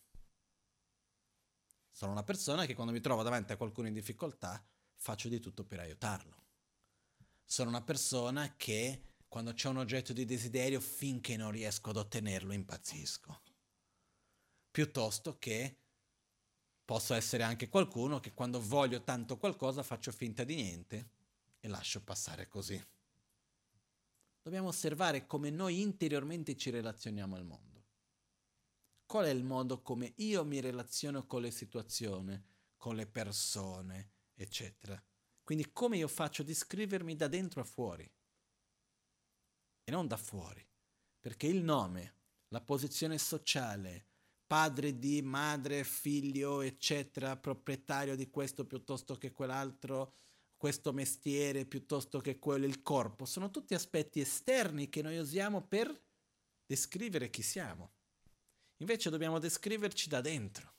Sono una persona che quando mi trovo davanti a qualcuno in difficoltà, faccio di tutto per aiutarlo. Sono una persona che, quando c'è un oggetto di desiderio, finché non riesco ad ottenerlo, impazzisco. Piuttosto che posso essere anche qualcuno che quando voglio tanto qualcosa faccio finta di niente e lascio passare così. Dobbiamo osservare come noi interiormente ci relazioniamo al mondo. Qual è il modo come io mi relaziono con le situazioni, con le persone, eccetera. Quindi come io faccio di scrivermi da dentro a fuori e non da fuori. Perché il nome, la posizione sociale, padre di, madre, figlio, eccetera, proprietario di questo piuttosto che quell'altro, questo mestiere piuttosto che quello, il corpo, sono tutti aspetti esterni che noi usiamo per descrivere chi siamo. Invece dobbiamo descriverci da dentro.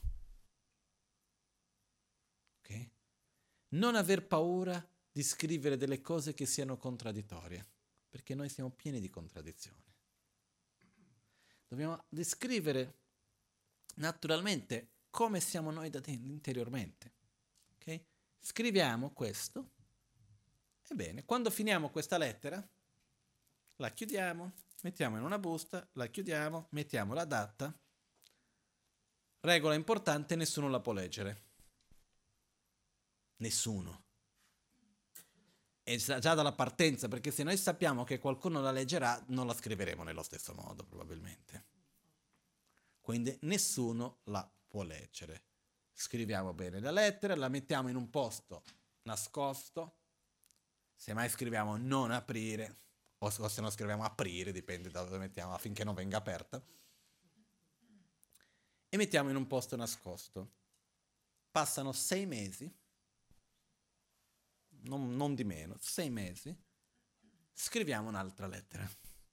Ok? Non aver paura di scrivere delle cose che siano contraddittorie, perché noi siamo pieni di contraddizioni. Dobbiamo descrivere naturalmente come siamo noi da dentro, interiormente. Okay? Scriviamo questo. Ebbene, quando finiamo questa lettera, la chiudiamo, mettiamo in una busta, la chiudiamo, mettiamo la data. Regola importante, nessuno la può leggere. Nessuno. è già dalla partenza, perché se noi sappiamo che qualcuno la leggerà, non la scriveremo nello stesso modo, probabilmente. Quindi nessuno la può leggere. Scriviamo bene la lettera, la mettiamo in un posto nascosto, se mai scriviamo non aprire, o se no scriviamo aprire, dipende da dove mettiamo, affinché non venga aperta, e mettiamo in un posto nascosto. Passano sei mesi, non, non di meno, sei mesi, scriviamo un'altra lettera.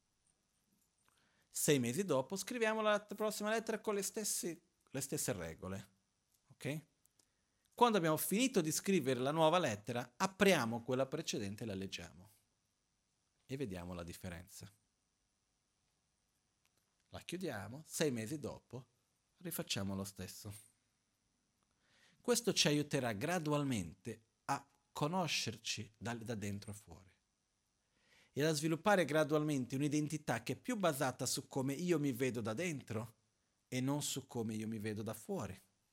Sei mesi dopo scriviamo la prossima lettera con le stesse, le stesse regole, ok? Quando abbiamo finito di scrivere la nuova lettera, apriamo quella precedente e la leggiamo e vediamo la differenza. La chiudiamo, sei mesi dopo rifacciamo lo stesso. Questo ci aiuterà gradualmente a conoscerci da, da dentro a fuori e a sviluppare gradualmente un'identità che è più basata su come io mi vedo da dentro e non su come io mi vedo da fuori.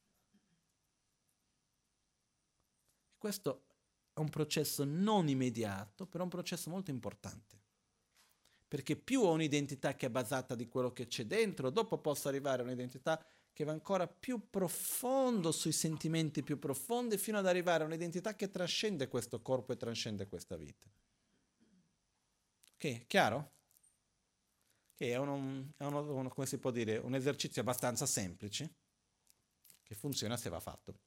Questo è un processo non immediato, però è un processo molto importante. Perché più ho un'identità che è basata di quello che c'è dentro, dopo posso arrivare a un'identità che va ancora più profondo sui sentimenti più profondi, fino ad arrivare a un'identità che trascende questo corpo e trascende questa vita. Ok, chiaro? Che è, uno, è uno, uno, come si può dire, un esercizio abbastanza semplice, che funziona se va fatto.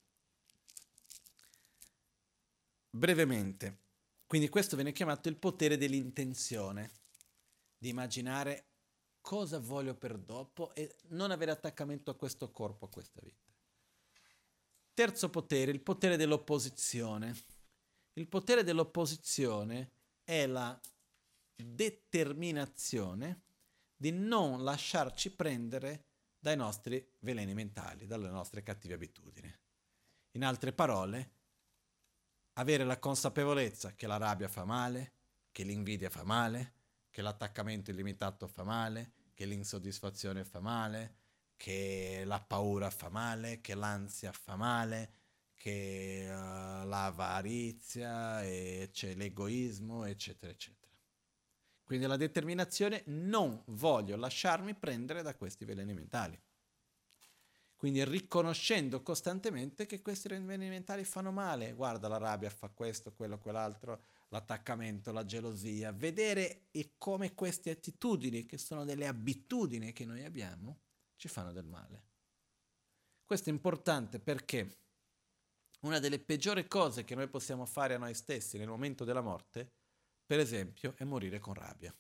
Brevemente, quindi questo viene chiamato il potere dell'intenzione, di immaginare cosa voglio per dopo e non avere attaccamento a questo corpo, a questa vita. Terzo potere, il potere dell'opposizione. Il potere dell'opposizione è la determinazione di non lasciarci prendere dai nostri veleni mentali, dalle nostre cattive abitudini. In altre parole, avere la consapevolezza che la rabbia fa male, che l'invidia fa male, che l'attaccamento illimitato fa male, che l'insoddisfazione fa male, che la paura fa male, che l'ansia fa male, che uh, l'avarizia, e c'è l'egoismo, eccetera, eccetera. Quindi la determinazione: non voglio lasciarmi prendere da questi veleni mentali. Quindi riconoscendo costantemente che questi veleni mentali fanno male. Guarda, la rabbia fa questo, quello, quell'altro, l'attaccamento, la gelosia. Vedere e come queste attitudini, che sono delle abitudini che noi abbiamo, ci fanno del male. Questo è importante perché una delle peggiori cose che noi possiamo fare a noi stessi nel momento della morte, per esempio, è morire con rabbia.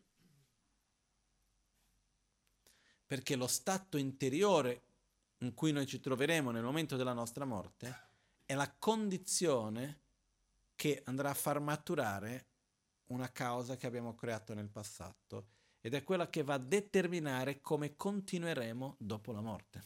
Perché lo stato interiore in cui noi ci troveremo nel momento della nostra morte è la condizione che andrà a far maturare una causa che abbiamo creato nel passato ed è quella che va a determinare come continueremo dopo la morte.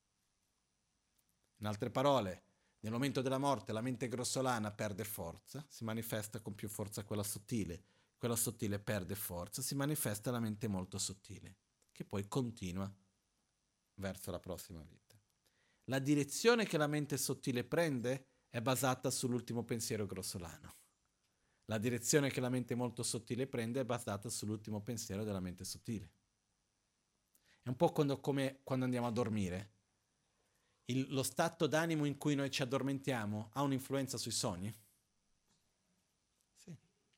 In altre parole, nel momento della morte la mente grossolana perde forza, si manifesta con più forza quella sottile, quella sottile perde forza, si manifesta la mente molto sottile, che poi continua verso la prossima vita. La direzione che la mente sottile prende è basata sull'ultimo pensiero grossolano. La direzione che la mente molto sottile prende è basata sull'ultimo pensiero della mente sottile. È un po' quando, come quando andiamo a dormire. Il, lo stato d'animo in cui noi ci addormentiamo ha un'influenza sui sogni? Sì.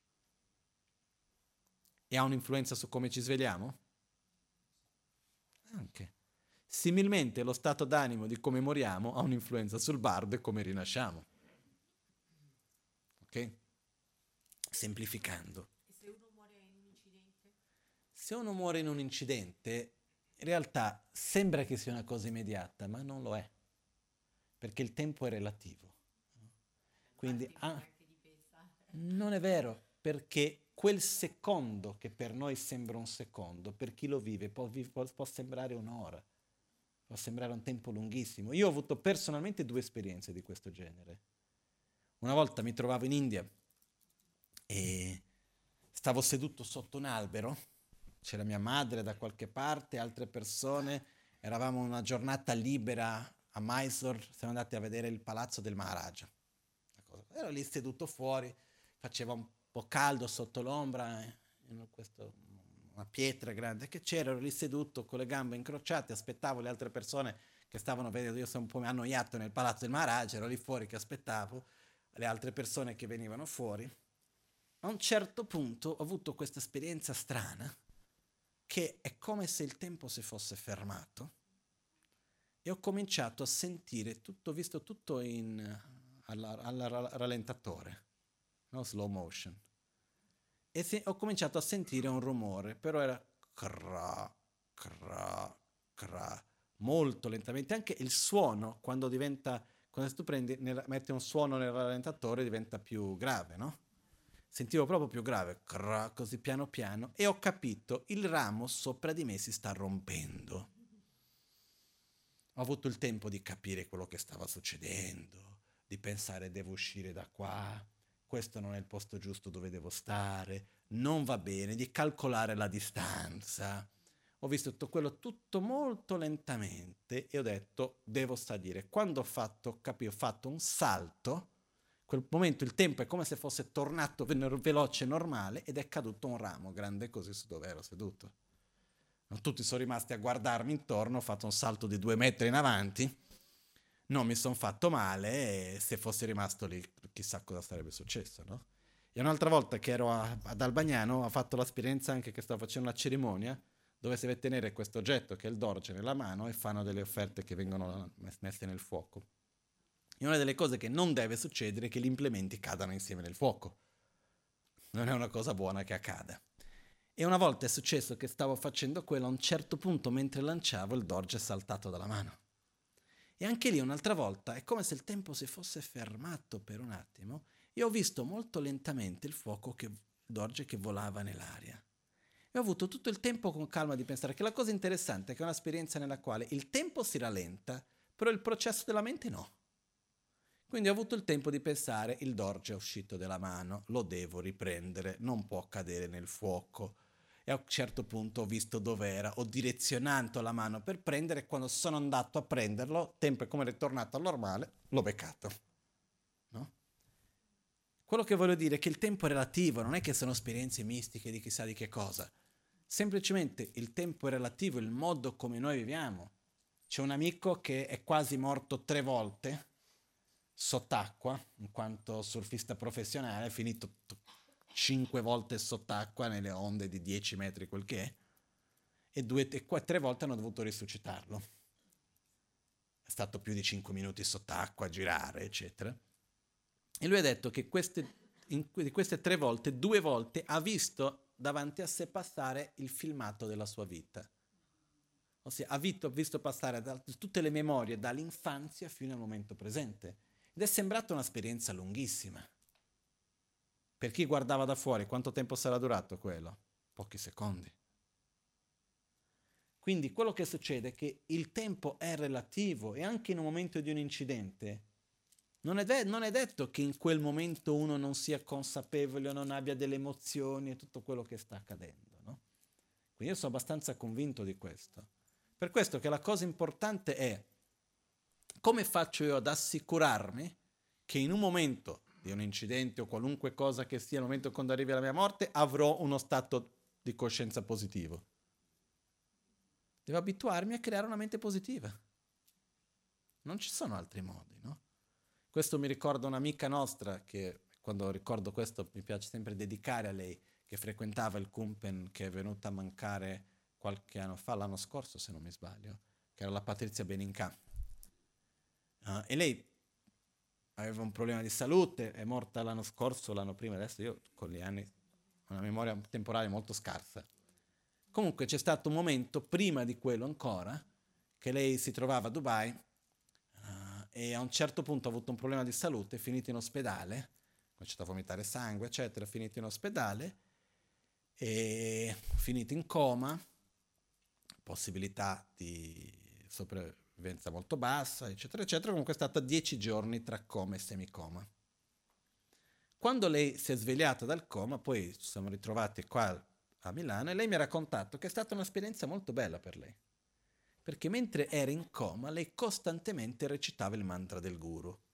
E ha un'influenza su come ci svegliamo? Anche. Similmente lo stato d'animo di come moriamo ha un'influenza sul bardo e come rinasciamo. Ok? Semplificando. E se uno muore in un incidente? Se uno muore in un incidente, in realtà sembra che sia una cosa immediata, ma non lo è. Perché il tempo è relativo. Quindi ah, non è vero, perché quel secondo che per noi sembra un secondo, per chi lo vive può, può, può sembrare un'ora. Può sembrare un tempo lunghissimo. Io ho avuto personalmente due esperienze di questo genere. Una volta mi trovavo in India e stavo seduto sotto un albero, c'era mia madre da qualche parte, altre persone, eravamo una giornata libera a Mysore, siamo andati a vedere il palazzo del Maharaja. Ero lì seduto fuori, faceva un po' caldo sotto l'ombra, eh, in questo, una pietra grande che c'era, ero lì seduto con le gambe incrociate, aspettavo le altre persone che stavano vedendo, io sono un po' annoiato nel palazzo del Maharaj, ero lì fuori che aspettavo le altre persone che venivano fuori. A un certo punto ho avuto questa esperienza strana, che è come se il tempo si fosse fermato, e ho cominciato a sentire tutto, visto tutto in, alla, alla rallentatore, no? Slow motion. E se, ho cominciato a sentire un rumore, però era cra, cra, cra, molto lentamente. Anche il suono, quando diventa, quando tu prendi, nel, metti un suono nel rallentatore, diventa più grave, no? Sentivo proprio più grave, cra, così piano piano, e ho capito, il ramo sopra di me si sta rompendo. Ho avuto il tempo di capire quello che stava succedendo, di pensare devo uscire da qua, questo non è il posto giusto dove devo stare, non va bene, di calcolare la distanza. Ho visto tutto quello tutto molto lentamente e ho detto devo salire. Quando ho fatto, capì, ho fatto un salto, quel momento il tempo è come se fosse tornato veloce e normale ed è caduto un ramo grande così su dove ero seduto. Tutti sono rimasti a guardarmi intorno, ho fatto un salto di due metri in avanti, non mi sono fatto male e se fossi rimasto lì chissà cosa sarebbe successo, no? E un'altra volta che ero a, ad Albagnano ho fatto l'esperienza anche che stavo facendo una cerimonia dove si deve tenere questo oggetto che è il dorje nella mano e fanno delle offerte che vengono messe nel fuoco. E una delle cose che non deve succedere è che gli implementi cadano insieme nel fuoco. Non è una cosa buona che accada. E una volta è successo che stavo facendo quello, a un certo punto mentre lanciavo il dorje è saltato dalla mano. E anche lì un'altra volta è come se il tempo si fosse fermato per un attimo e ho visto molto lentamente il fuoco, che, il dorje che volava nell'aria. E ho avuto tutto il tempo con calma di pensare che la cosa interessante è che è un'esperienza nella quale il tempo si rallenta, però il processo della mente no. Quindi ho avuto il tempo di pensare, il dorje è uscito dalla mano, lo devo riprendere, non può cadere nel fuoco. E a un certo punto ho visto dov'era, ho direzionato la mano per prendere e quando sono andato a prenderlo, il tempo è come ritornato al normale, l'ho beccato. No? Quello che voglio dire è che il tempo è relativo, non è che sono esperienze mistiche di chissà di che cosa. Semplicemente il tempo è relativo, il modo come noi viviamo. C'è un amico che è quasi morto tre volte sott'acqua, in quanto surfista professionale, è finito t- cinque volte sott'acqua nelle onde di dieci metri quel che è, e due, e qua, tre volte hanno dovuto risuscitarlo. È stato più di cinque minuti sott'acqua a girare, eccetera. E lui ha detto che queste, in, di queste tre volte, due volte ha visto davanti a sé passare il filmato della sua vita. Ossia, ha visto, visto passare da, tutte le memorie dall'infanzia fino al momento presente. Ed è sembrata un'esperienza lunghissima. Per chi guardava da fuori, quanto tempo sarà durato quello? Pochi secondi. Quindi quello che succede è che il tempo è relativo e anche in un momento di un incidente non è, de- non è detto che in quel momento uno non sia consapevole o non abbia delle emozioni e tutto quello che sta accadendo, no? Quindi io sono abbastanza convinto di questo. Per questo che la cosa importante è come faccio io ad assicurarmi che in un momento di un incidente o qualunque cosa che sia, al momento quando arrivi alla mia morte, avrò uno stato di coscienza positivo. Devo abituarmi a creare una mente positiva. Non ci sono altri modi, no? Questo mi ricorda un'amica nostra che, quando ricordo questo, mi piace sempre dedicare a lei, che frequentava il Kumpen, che è venuta a mancare qualche anno fa, l'anno scorso se non mi sbaglio, che era la Patrizia Benincà. Uh, e lei aveva un problema di salute, è morta l'anno scorso, l'anno prima, adesso io con gli anni ho una memoria temporale molto scarsa. Comunque c'è stato un momento, prima di quello ancora, che lei si trovava a Dubai uh, e a un certo punto ha avuto un problema di salute, è finito in ospedale, ha cominciato a vomitare sangue, eccetera, è finito in ospedale, e finito in coma, possibilità di sopravvivenza molto bassa, eccetera, eccetera. Comunque è stata dieci giorni tra coma e semicoma. Quando lei si è svegliata dal coma, poi ci siamo ritrovati qua a Milano e lei mi ha raccontato che è stata un'esperienza molto bella per lei, perché mentre era in coma lei costantemente recitava il mantra del guru.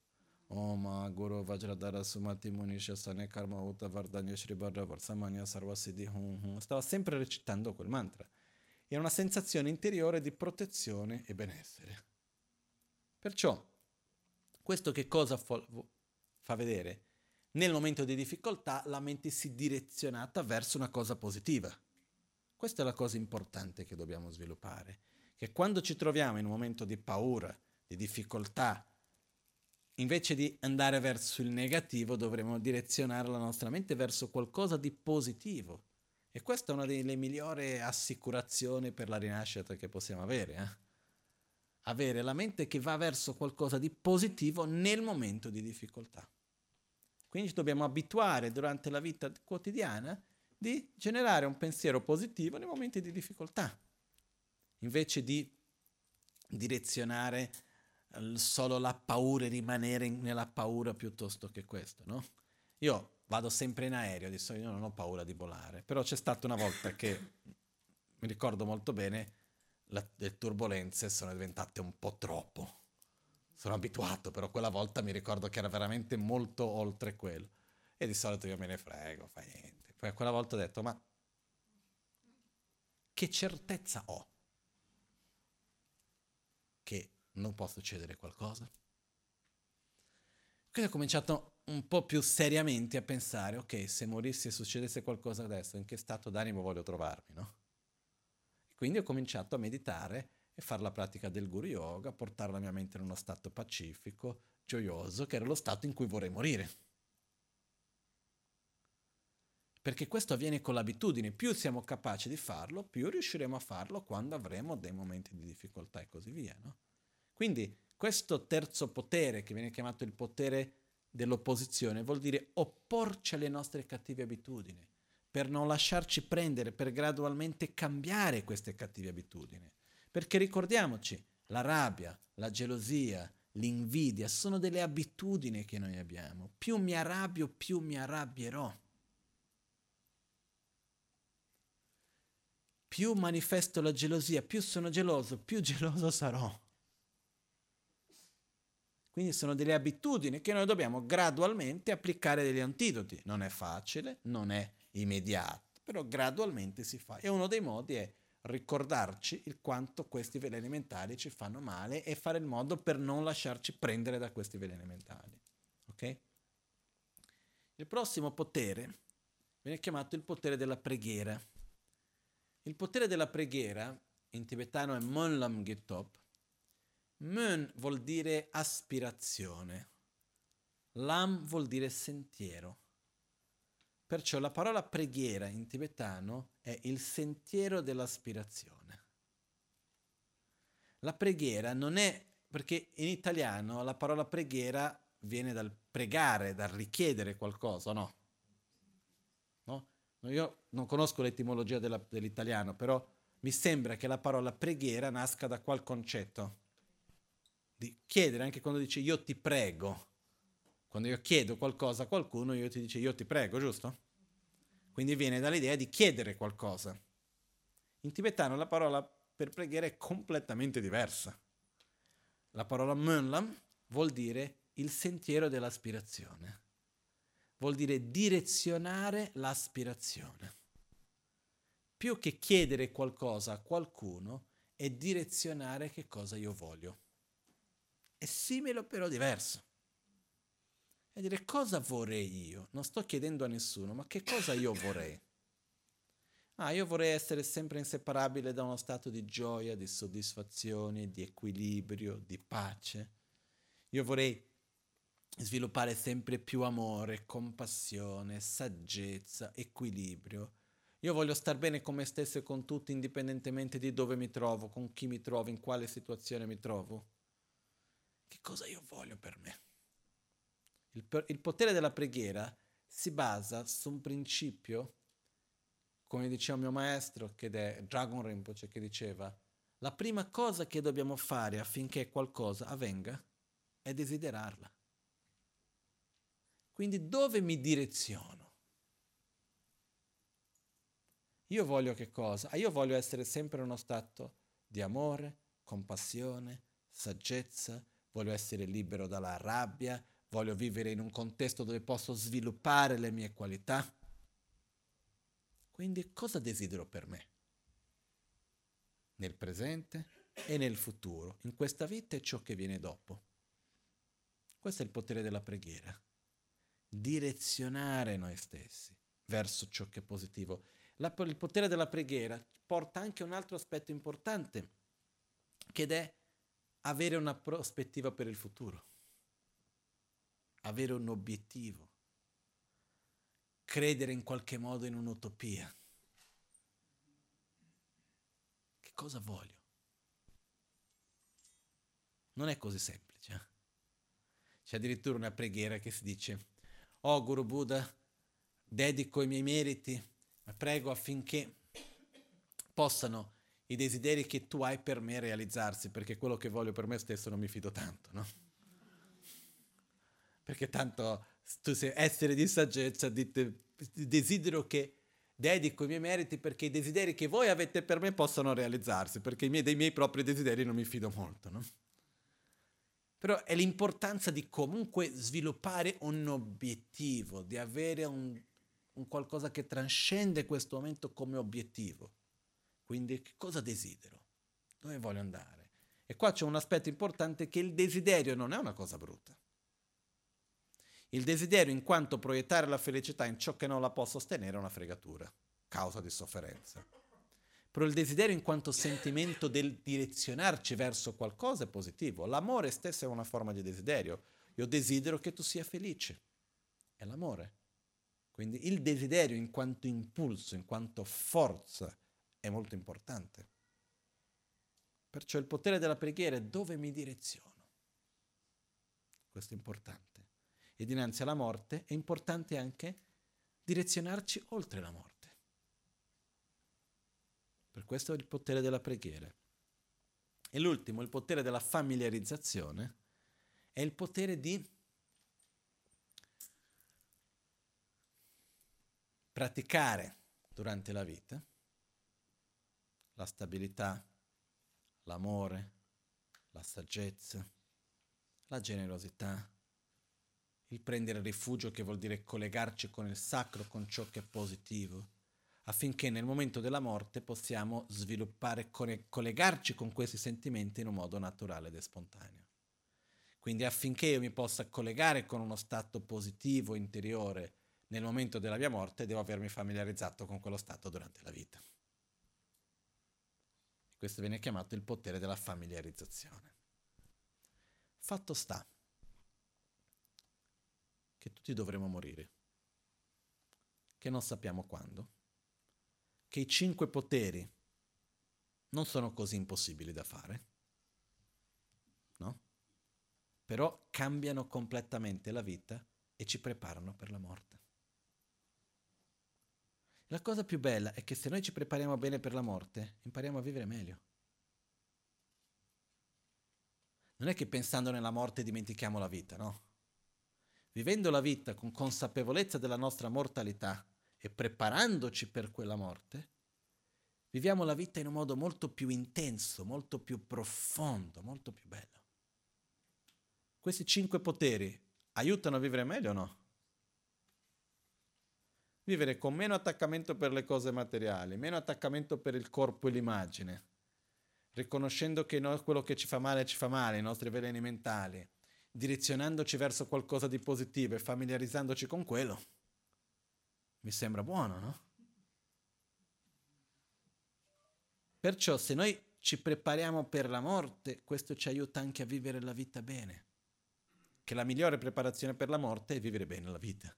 Om Guru Vajradhara Sumati Munisha Sane Karma Uta Vardanya Shri Bharra Varsamanya Sarvasiddhi Hum Hum. Stava sempre recitando quel mantra. Era una sensazione interiore di protezione e benessere. Perciò, questo che cosa fa, fa vedere? Nel momento di difficoltà la mente si direzionata verso una cosa positiva. Questa è la cosa importante che dobbiamo sviluppare. Che quando ci troviamo in un momento di paura, di difficoltà, invece di andare verso il negativo, dovremo direzionare la nostra mente verso qualcosa di positivo. E questa è una delle migliori assicurazioni per la rinascita che possiamo avere. Eh? Avere la mente che va verso qualcosa di positivo nel momento di difficoltà. Quindi ci dobbiamo abituare durante la vita quotidiana di generare un pensiero positivo nei momenti di difficoltà, invece di direzionare solo la paura e rimanere nella paura piuttosto che questo, no? Io vado sempre in aereo, di solito io non ho paura di volare, però c'è stata una volta che, mi ricordo molto bene, la, le turbulenze sono diventate un po' troppo. Sono abituato, però quella volta mi ricordo che era veramente molto oltre quello. E di solito io me ne frego, fa niente. Poi quella volta ho detto, ma che certezza ho che non può succedere qualcosa? Quindi ho cominciato un po' più seriamente a pensare, ok, se morissi e succedesse qualcosa adesso, in che stato d'animo voglio trovarmi, no? E quindi ho cominciato a meditare e fare la pratica del Guru Yoga, portare la mia mente in uno stato pacifico, gioioso, che era lo stato in cui vorrei morire. Perché questo avviene con l'abitudine, più siamo capaci di farlo, più riusciremo a farlo quando avremo dei momenti di difficoltà e così via, no? Quindi questo terzo potere, che viene chiamato il potere dell'opposizione, vuol dire opporci alle nostre cattive abitudini, per non lasciarci prendere, per gradualmente cambiare queste cattive abitudini. Perché ricordiamoci, la rabbia, la gelosia, l'invidia sono delle abitudini che noi abbiamo. Più mi arrabbio, più mi arrabbierò. Più manifesto la gelosia, più sono geloso, più geloso sarò. Quindi sono delle abitudini che noi dobbiamo gradualmente applicare degli antidoti. Non è facile, non è immediato, però gradualmente si fa. E uno dei modi è ricordarci il quanto questi veleni mentali ci fanno male e fare il modo per non lasciarci prendere da questi veleni mentali. Ok? Il prossimo potere viene chiamato il potere della preghiera. Il potere della preghiera, in tibetano è Mönlam Gitop. Mön vuol dire aspirazione, Lam vuol dire sentiero. Perciò la parola preghiera in tibetano è il sentiero dell'aspirazione. La preghiera non è, perché in italiano la parola preghiera viene dal pregare, dal richiedere qualcosa, no? No? Io non conosco l'etimologia della, dell'italiano, però mi sembra che la parola preghiera nasca da qual concetto? Di chiedere, anche quando dice io ti prego. Quando io chiedo qualcosa a qualcuno, io ti dice io ti prego, giusto? Quindi viene dall'idea di chiedere qualcosa. In tibetano la parola per preghiera è completamente diversa. La parola Mönlam vuol dire il sentiero dell'aspirazione. Vuol dire direzionare l'aspirazione. Più che chiedere qualcosa a qualcuno, è direzionare che cosa io voglio. È simile però diverso. È dire cosa vorrei io? Non sto chiedendo a nessuno, ma che cosa io vorrei? Ah, io vorrei essere sempre inseparabile da uno stato di gioia, di soddisfazione, di equilibrio, di pace. Io vorrei sviluppare sempre più amore, compassione, saggezza, equilibrio. Io voglio star bene con me stesso e con tutti, indipendentemente di dove mi trovo, con chi mi trovo, in quale situazione mi trovo. Che cosa io voglio per me? Il, il potere della preghiera si basa su un principio, come diceva mio maestro, che è Dragon Rinpoche, che diceva: la prima cosa che dobbiamo fare affinché qualcosa avvenga è desiderarla. Quindi dove mi direziono? Io voglio che cosa? Ah, io voglio essere sempre in uno stato di amore, compassione, saggezza, voglio essere libero dalla rabbia, voglio vivere in un contesto dove posso sviluppare le mie qualità. Quindi cosa desidero per me? Nel presente e nel futuro, in questa vita e ciò che viene dopo. Questo è il potere della preghiera. Direzionare noi stessi verso ciò che è positivo. La, il potere della preghiera porta anche un altro aspetto importante, che è avere una prospettiva per il futuro, avere un obiettivo, credere in qualche modo in un'utopia. Che cosa voglio? Non è così semplice. Eh? C'è addirittura una preghiera che si dice: «Oh Guru Buddha, dedico i miei meriti, ma prego affinché possano i desideri che tu hai per me realizzarsi, perché quello che voglio per me stesso non mi fido tanto, no? Perché tanto tu sei essere di saggezza, dite, desidero che dedico i miei meriti perché i desideri che voi avete per me possano realizzarsi, perché i miei, dei miei propri desideri non mi fido molto, no? Però è l'importanza di comunque sviluppare un obiettivo, di avere un, un qualcosa che trascende questo momento come obiettivo. Quindi che cosa desidero? Dove voglio andare? E qua c'è un aspetto importante, che il desiderio non è una cosa brutta. Il desiderio, in quanto proiettare la felicità in ciò che non la può sostenere, è una fregatura, causa di sofferenza. Però il desiderio in quanto sentimento del direzionarci verso qualcosa è positivo. L'amore stesso è una forma di desiderio. Io desidero che tu sia felice. È l'amore. Quindi il desiderio in quanto impulso, in quanto forza, è molto importante. Perciò il potere della preghiera è dove mi direziono. Questo è importante. E dinanzi alla morte è importante anche direzionarci oltre la morte. Per questo è il potere della preghiera. E l'ultimo, il potere della familiarizzazione, è il potere di praticare durante la vita la stabilità, l'amore, la saggezza, la generosità, il prendere rifugio, che vuol dire collegarci con il sacro, con ciò che è positivo, affinché nel momento della morte possiamo sviluppare, collegarci con questi sentimenti in un modo naturale ed spontaneo. Quindi affinché io mi possa collegare con uno stato positivo interiore nel momento della mia morte, devo avermi familiarizzato con quello stato durante la vita. Questo viene chiamato il potere della familiarizzazione. Fatto sta che tutti dovremo morire, che non sappiamo quando, che i cinque poteri non sono così impossibili da fare, no? Però cambiano completamente la vita e ci preparano per la morte. La cosa più bella è che se noi ci prepariamo bene per la morte, impariamo a vivere meglio. Non è che pensando nella morte dimentichiamo la vita, no? Vivendo la vita con consapevolezza della nostra mortalità e preparandoci per quella morte, viviamo la vita in un modo molto più intenso, molto più profondo, molto più bello. Questi cinque poteri aiutano a vivere meglio o no? Vivere con meno attaccamento per le cose materiali, meno attaccamento per il corpo e l'immagine, riconoscendo che no, quello che ci fa male ci fa male, i nostri veleni mentali, direzionandoci verso qualcosa di positivo e familiarizzandoci con quello. Mi sembra buono, no? Perciò se noi ci prepariamo per la morte, questo ci aiuta anche a vivere la vita bene. Che la migliore preparazione per la morte è vivere bene la vita.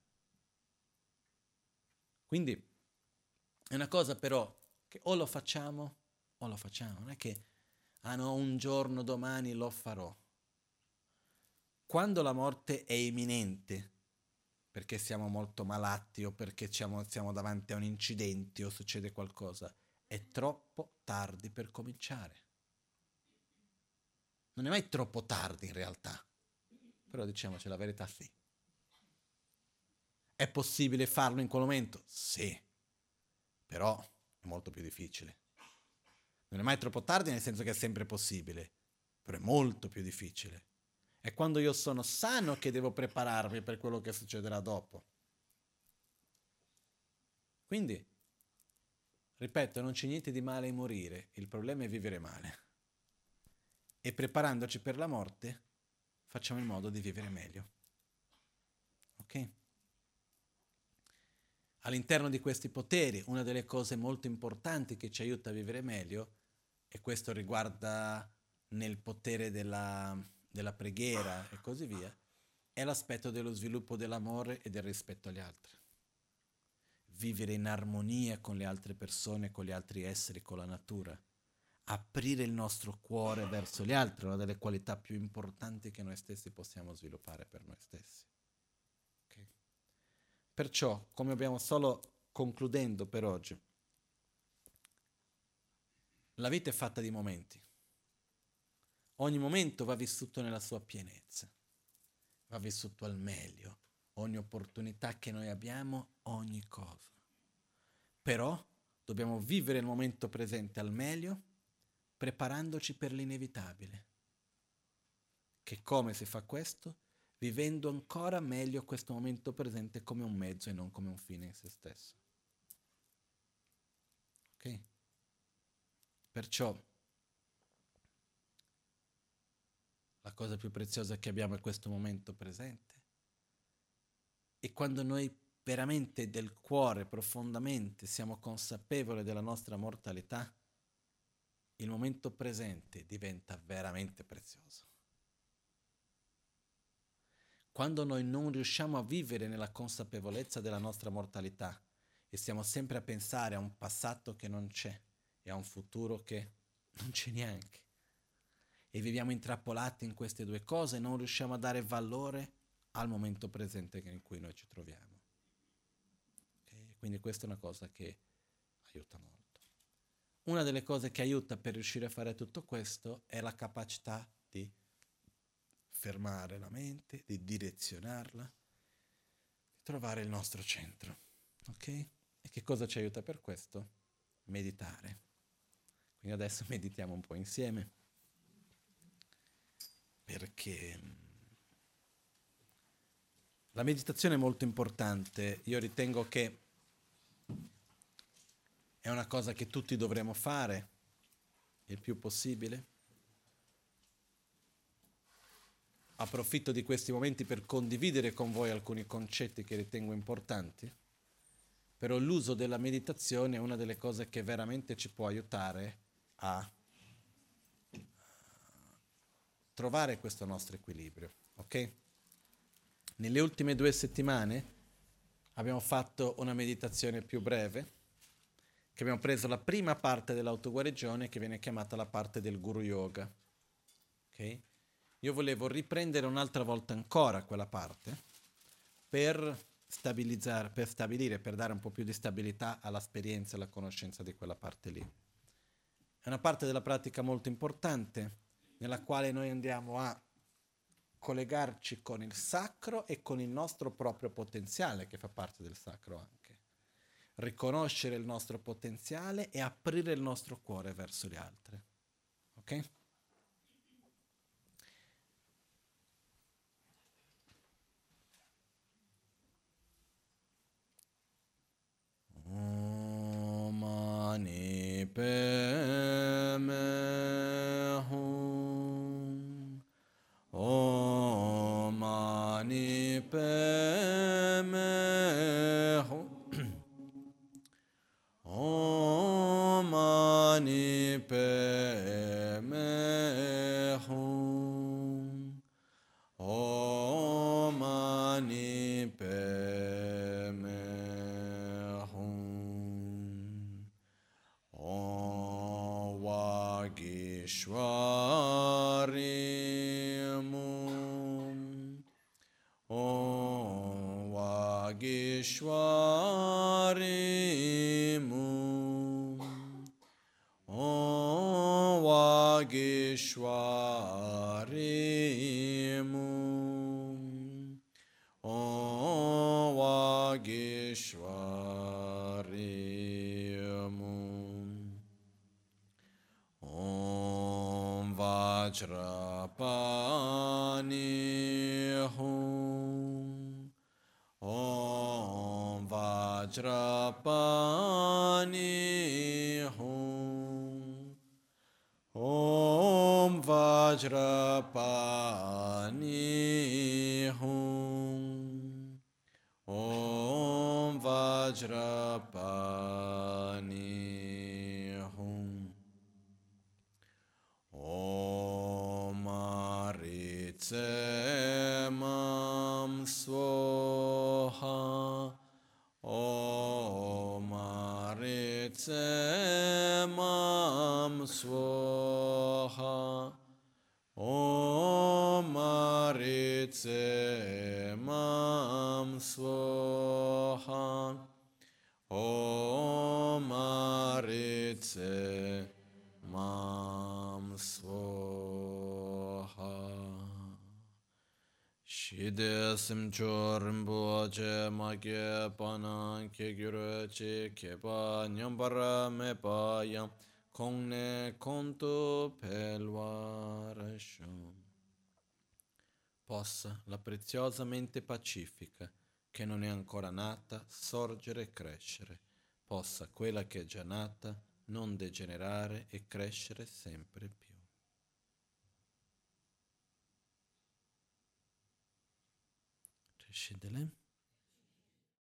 Quindi è una cosa però che o lo facciamo o lo facciamo. Non è che, ah no, un giorno domani lo farò. Quando la morte è imminente, perché siamo molto malati o perché siamo, siamo davanti a un incidente o succede qualcosa, è troppo tardi per cominciare. Non è mai troppo tardi in realtà, però diciamoci la verità, sì. È possibile farlo in quel momento? Sì, però è molto più difficile. Non è mai troppo tardi nel senso che è sempre possibile, però è molto più difficile. È quando io sono sano che devo prepararmi per quello che succederà dopo. Quindi, ripeto, non c'è niente di male in morire, il problema è vivere male. E preparandoci per la morte, facciamo in modo di vivere meglio. Ok? All'interno di questi poteri, una delle cose molto importanti che ci aiuta a vivere meglio, e questo riguarda nel potere della, della preghiera e così via, è l'aspetto dello sviluppo dell'amore e del rispetto agli altri. Vivere in armonia con le altre persone, con gli altri esseri, con la natura. Aprire il nostro cuore verso gli altri è una delle qualità più importanti che noi stessi possiamo sviluppare per noi stessi. Okay? Perciò, come abbiamo solo concludendo per oggi, la vita è fatta di momenti. Ogni momento va vissuto nella sua pienezza, va vissuto al meglio. Ogni opportunità che noi abbiamo, ogni cosa. Però dobbiamo vivere il momento presente al meglio, preparandoci per l'inevitabile. Che come si fa questo? Vivendo ancora meglio questo momento presente come un mezzo e non come un fine in se stesso. Ok? Perciò la cosa più preziosa che abbiamo è questo momento presente. E quando noi veramente del cuore, profondamente, siamo consapevoli della nostra mortalità, il momento presente diventa veramente prezioso. Quando noi non riusciamo a vivere nella consapevolezza della nostra mortalità e stiamo sempre a pensare a un passato che non c'è e a un futuro che non c'è neanche, e viviamo intrappolati in queste due cose e non riusciamo a dare valore al momento presente in cui noi ci troviamo. Okay? Quindi questa è una cosa che aiuta molto. Una delle cose che aiuta per riuscire a fare tutto questo è la capacità di fermare la mente, di direzionarla, di trovare il nostro centro. Ok? E che cosa ci aiuta per questo? Meditare. Quindi adesso meditiamo un po' insieme, perché la meditazione è molto importante. Io ritengo che è una cosa che tutti dovremmo fare il più possibile. Approfitto di questi momenti per condividere con voi alcuni concetti che ritengo importanti, però l'uso della meditazione è una delle cose che veramente ci può aiutare a trovare questo nostro equilibrio, ok? Nelle ultime due settimane abbiamo fatto una meditazione più breve, che abbiamo preso la prima parte dell'autoguarigione che viene chiamata la parte del Guru Yoga, ok? Io volevo riprendere un'altra volta ancora quella parte per stabilizzare, per stabilire, per dare un po' più di stabilità all'esperienza e alla conoscenza di quella parte lì. È una parte della pratica molto importante nella quale noi andiamo a collegarci con il sacro e con il nostro proprio potenziale, che fa parte del sacro anche. Riconoscere il nostro potenziale e aprire il nostro cuore verso gli altri. Ok? Mani pe me hum, Om Mani pe me hum, Om Mani pe me hum, Om Mani pe me hum, Om Vagishvari Mum, Om Vagishvari Mum, Om Vagishvari Mum, Om Vagishvari Mum, Om Vajrapani Vajrapani Hum. Om Vajrapani Hum. Om Vajrapani Hum. Om Aricemam Svoha. Om Aricemam Svoha. Om Aricemam Svoha. Om Aricemam Svoha. Shide simcho rinpoche magye panan ke gyure che kepa nyambara me pa yam kongne konto pelwarasham. Possa la preziosa mente pacifica, che non è ancora nata, sorgere e crescere. Possa quella che è già nata non degenerare e crescere sempre più. Scidele.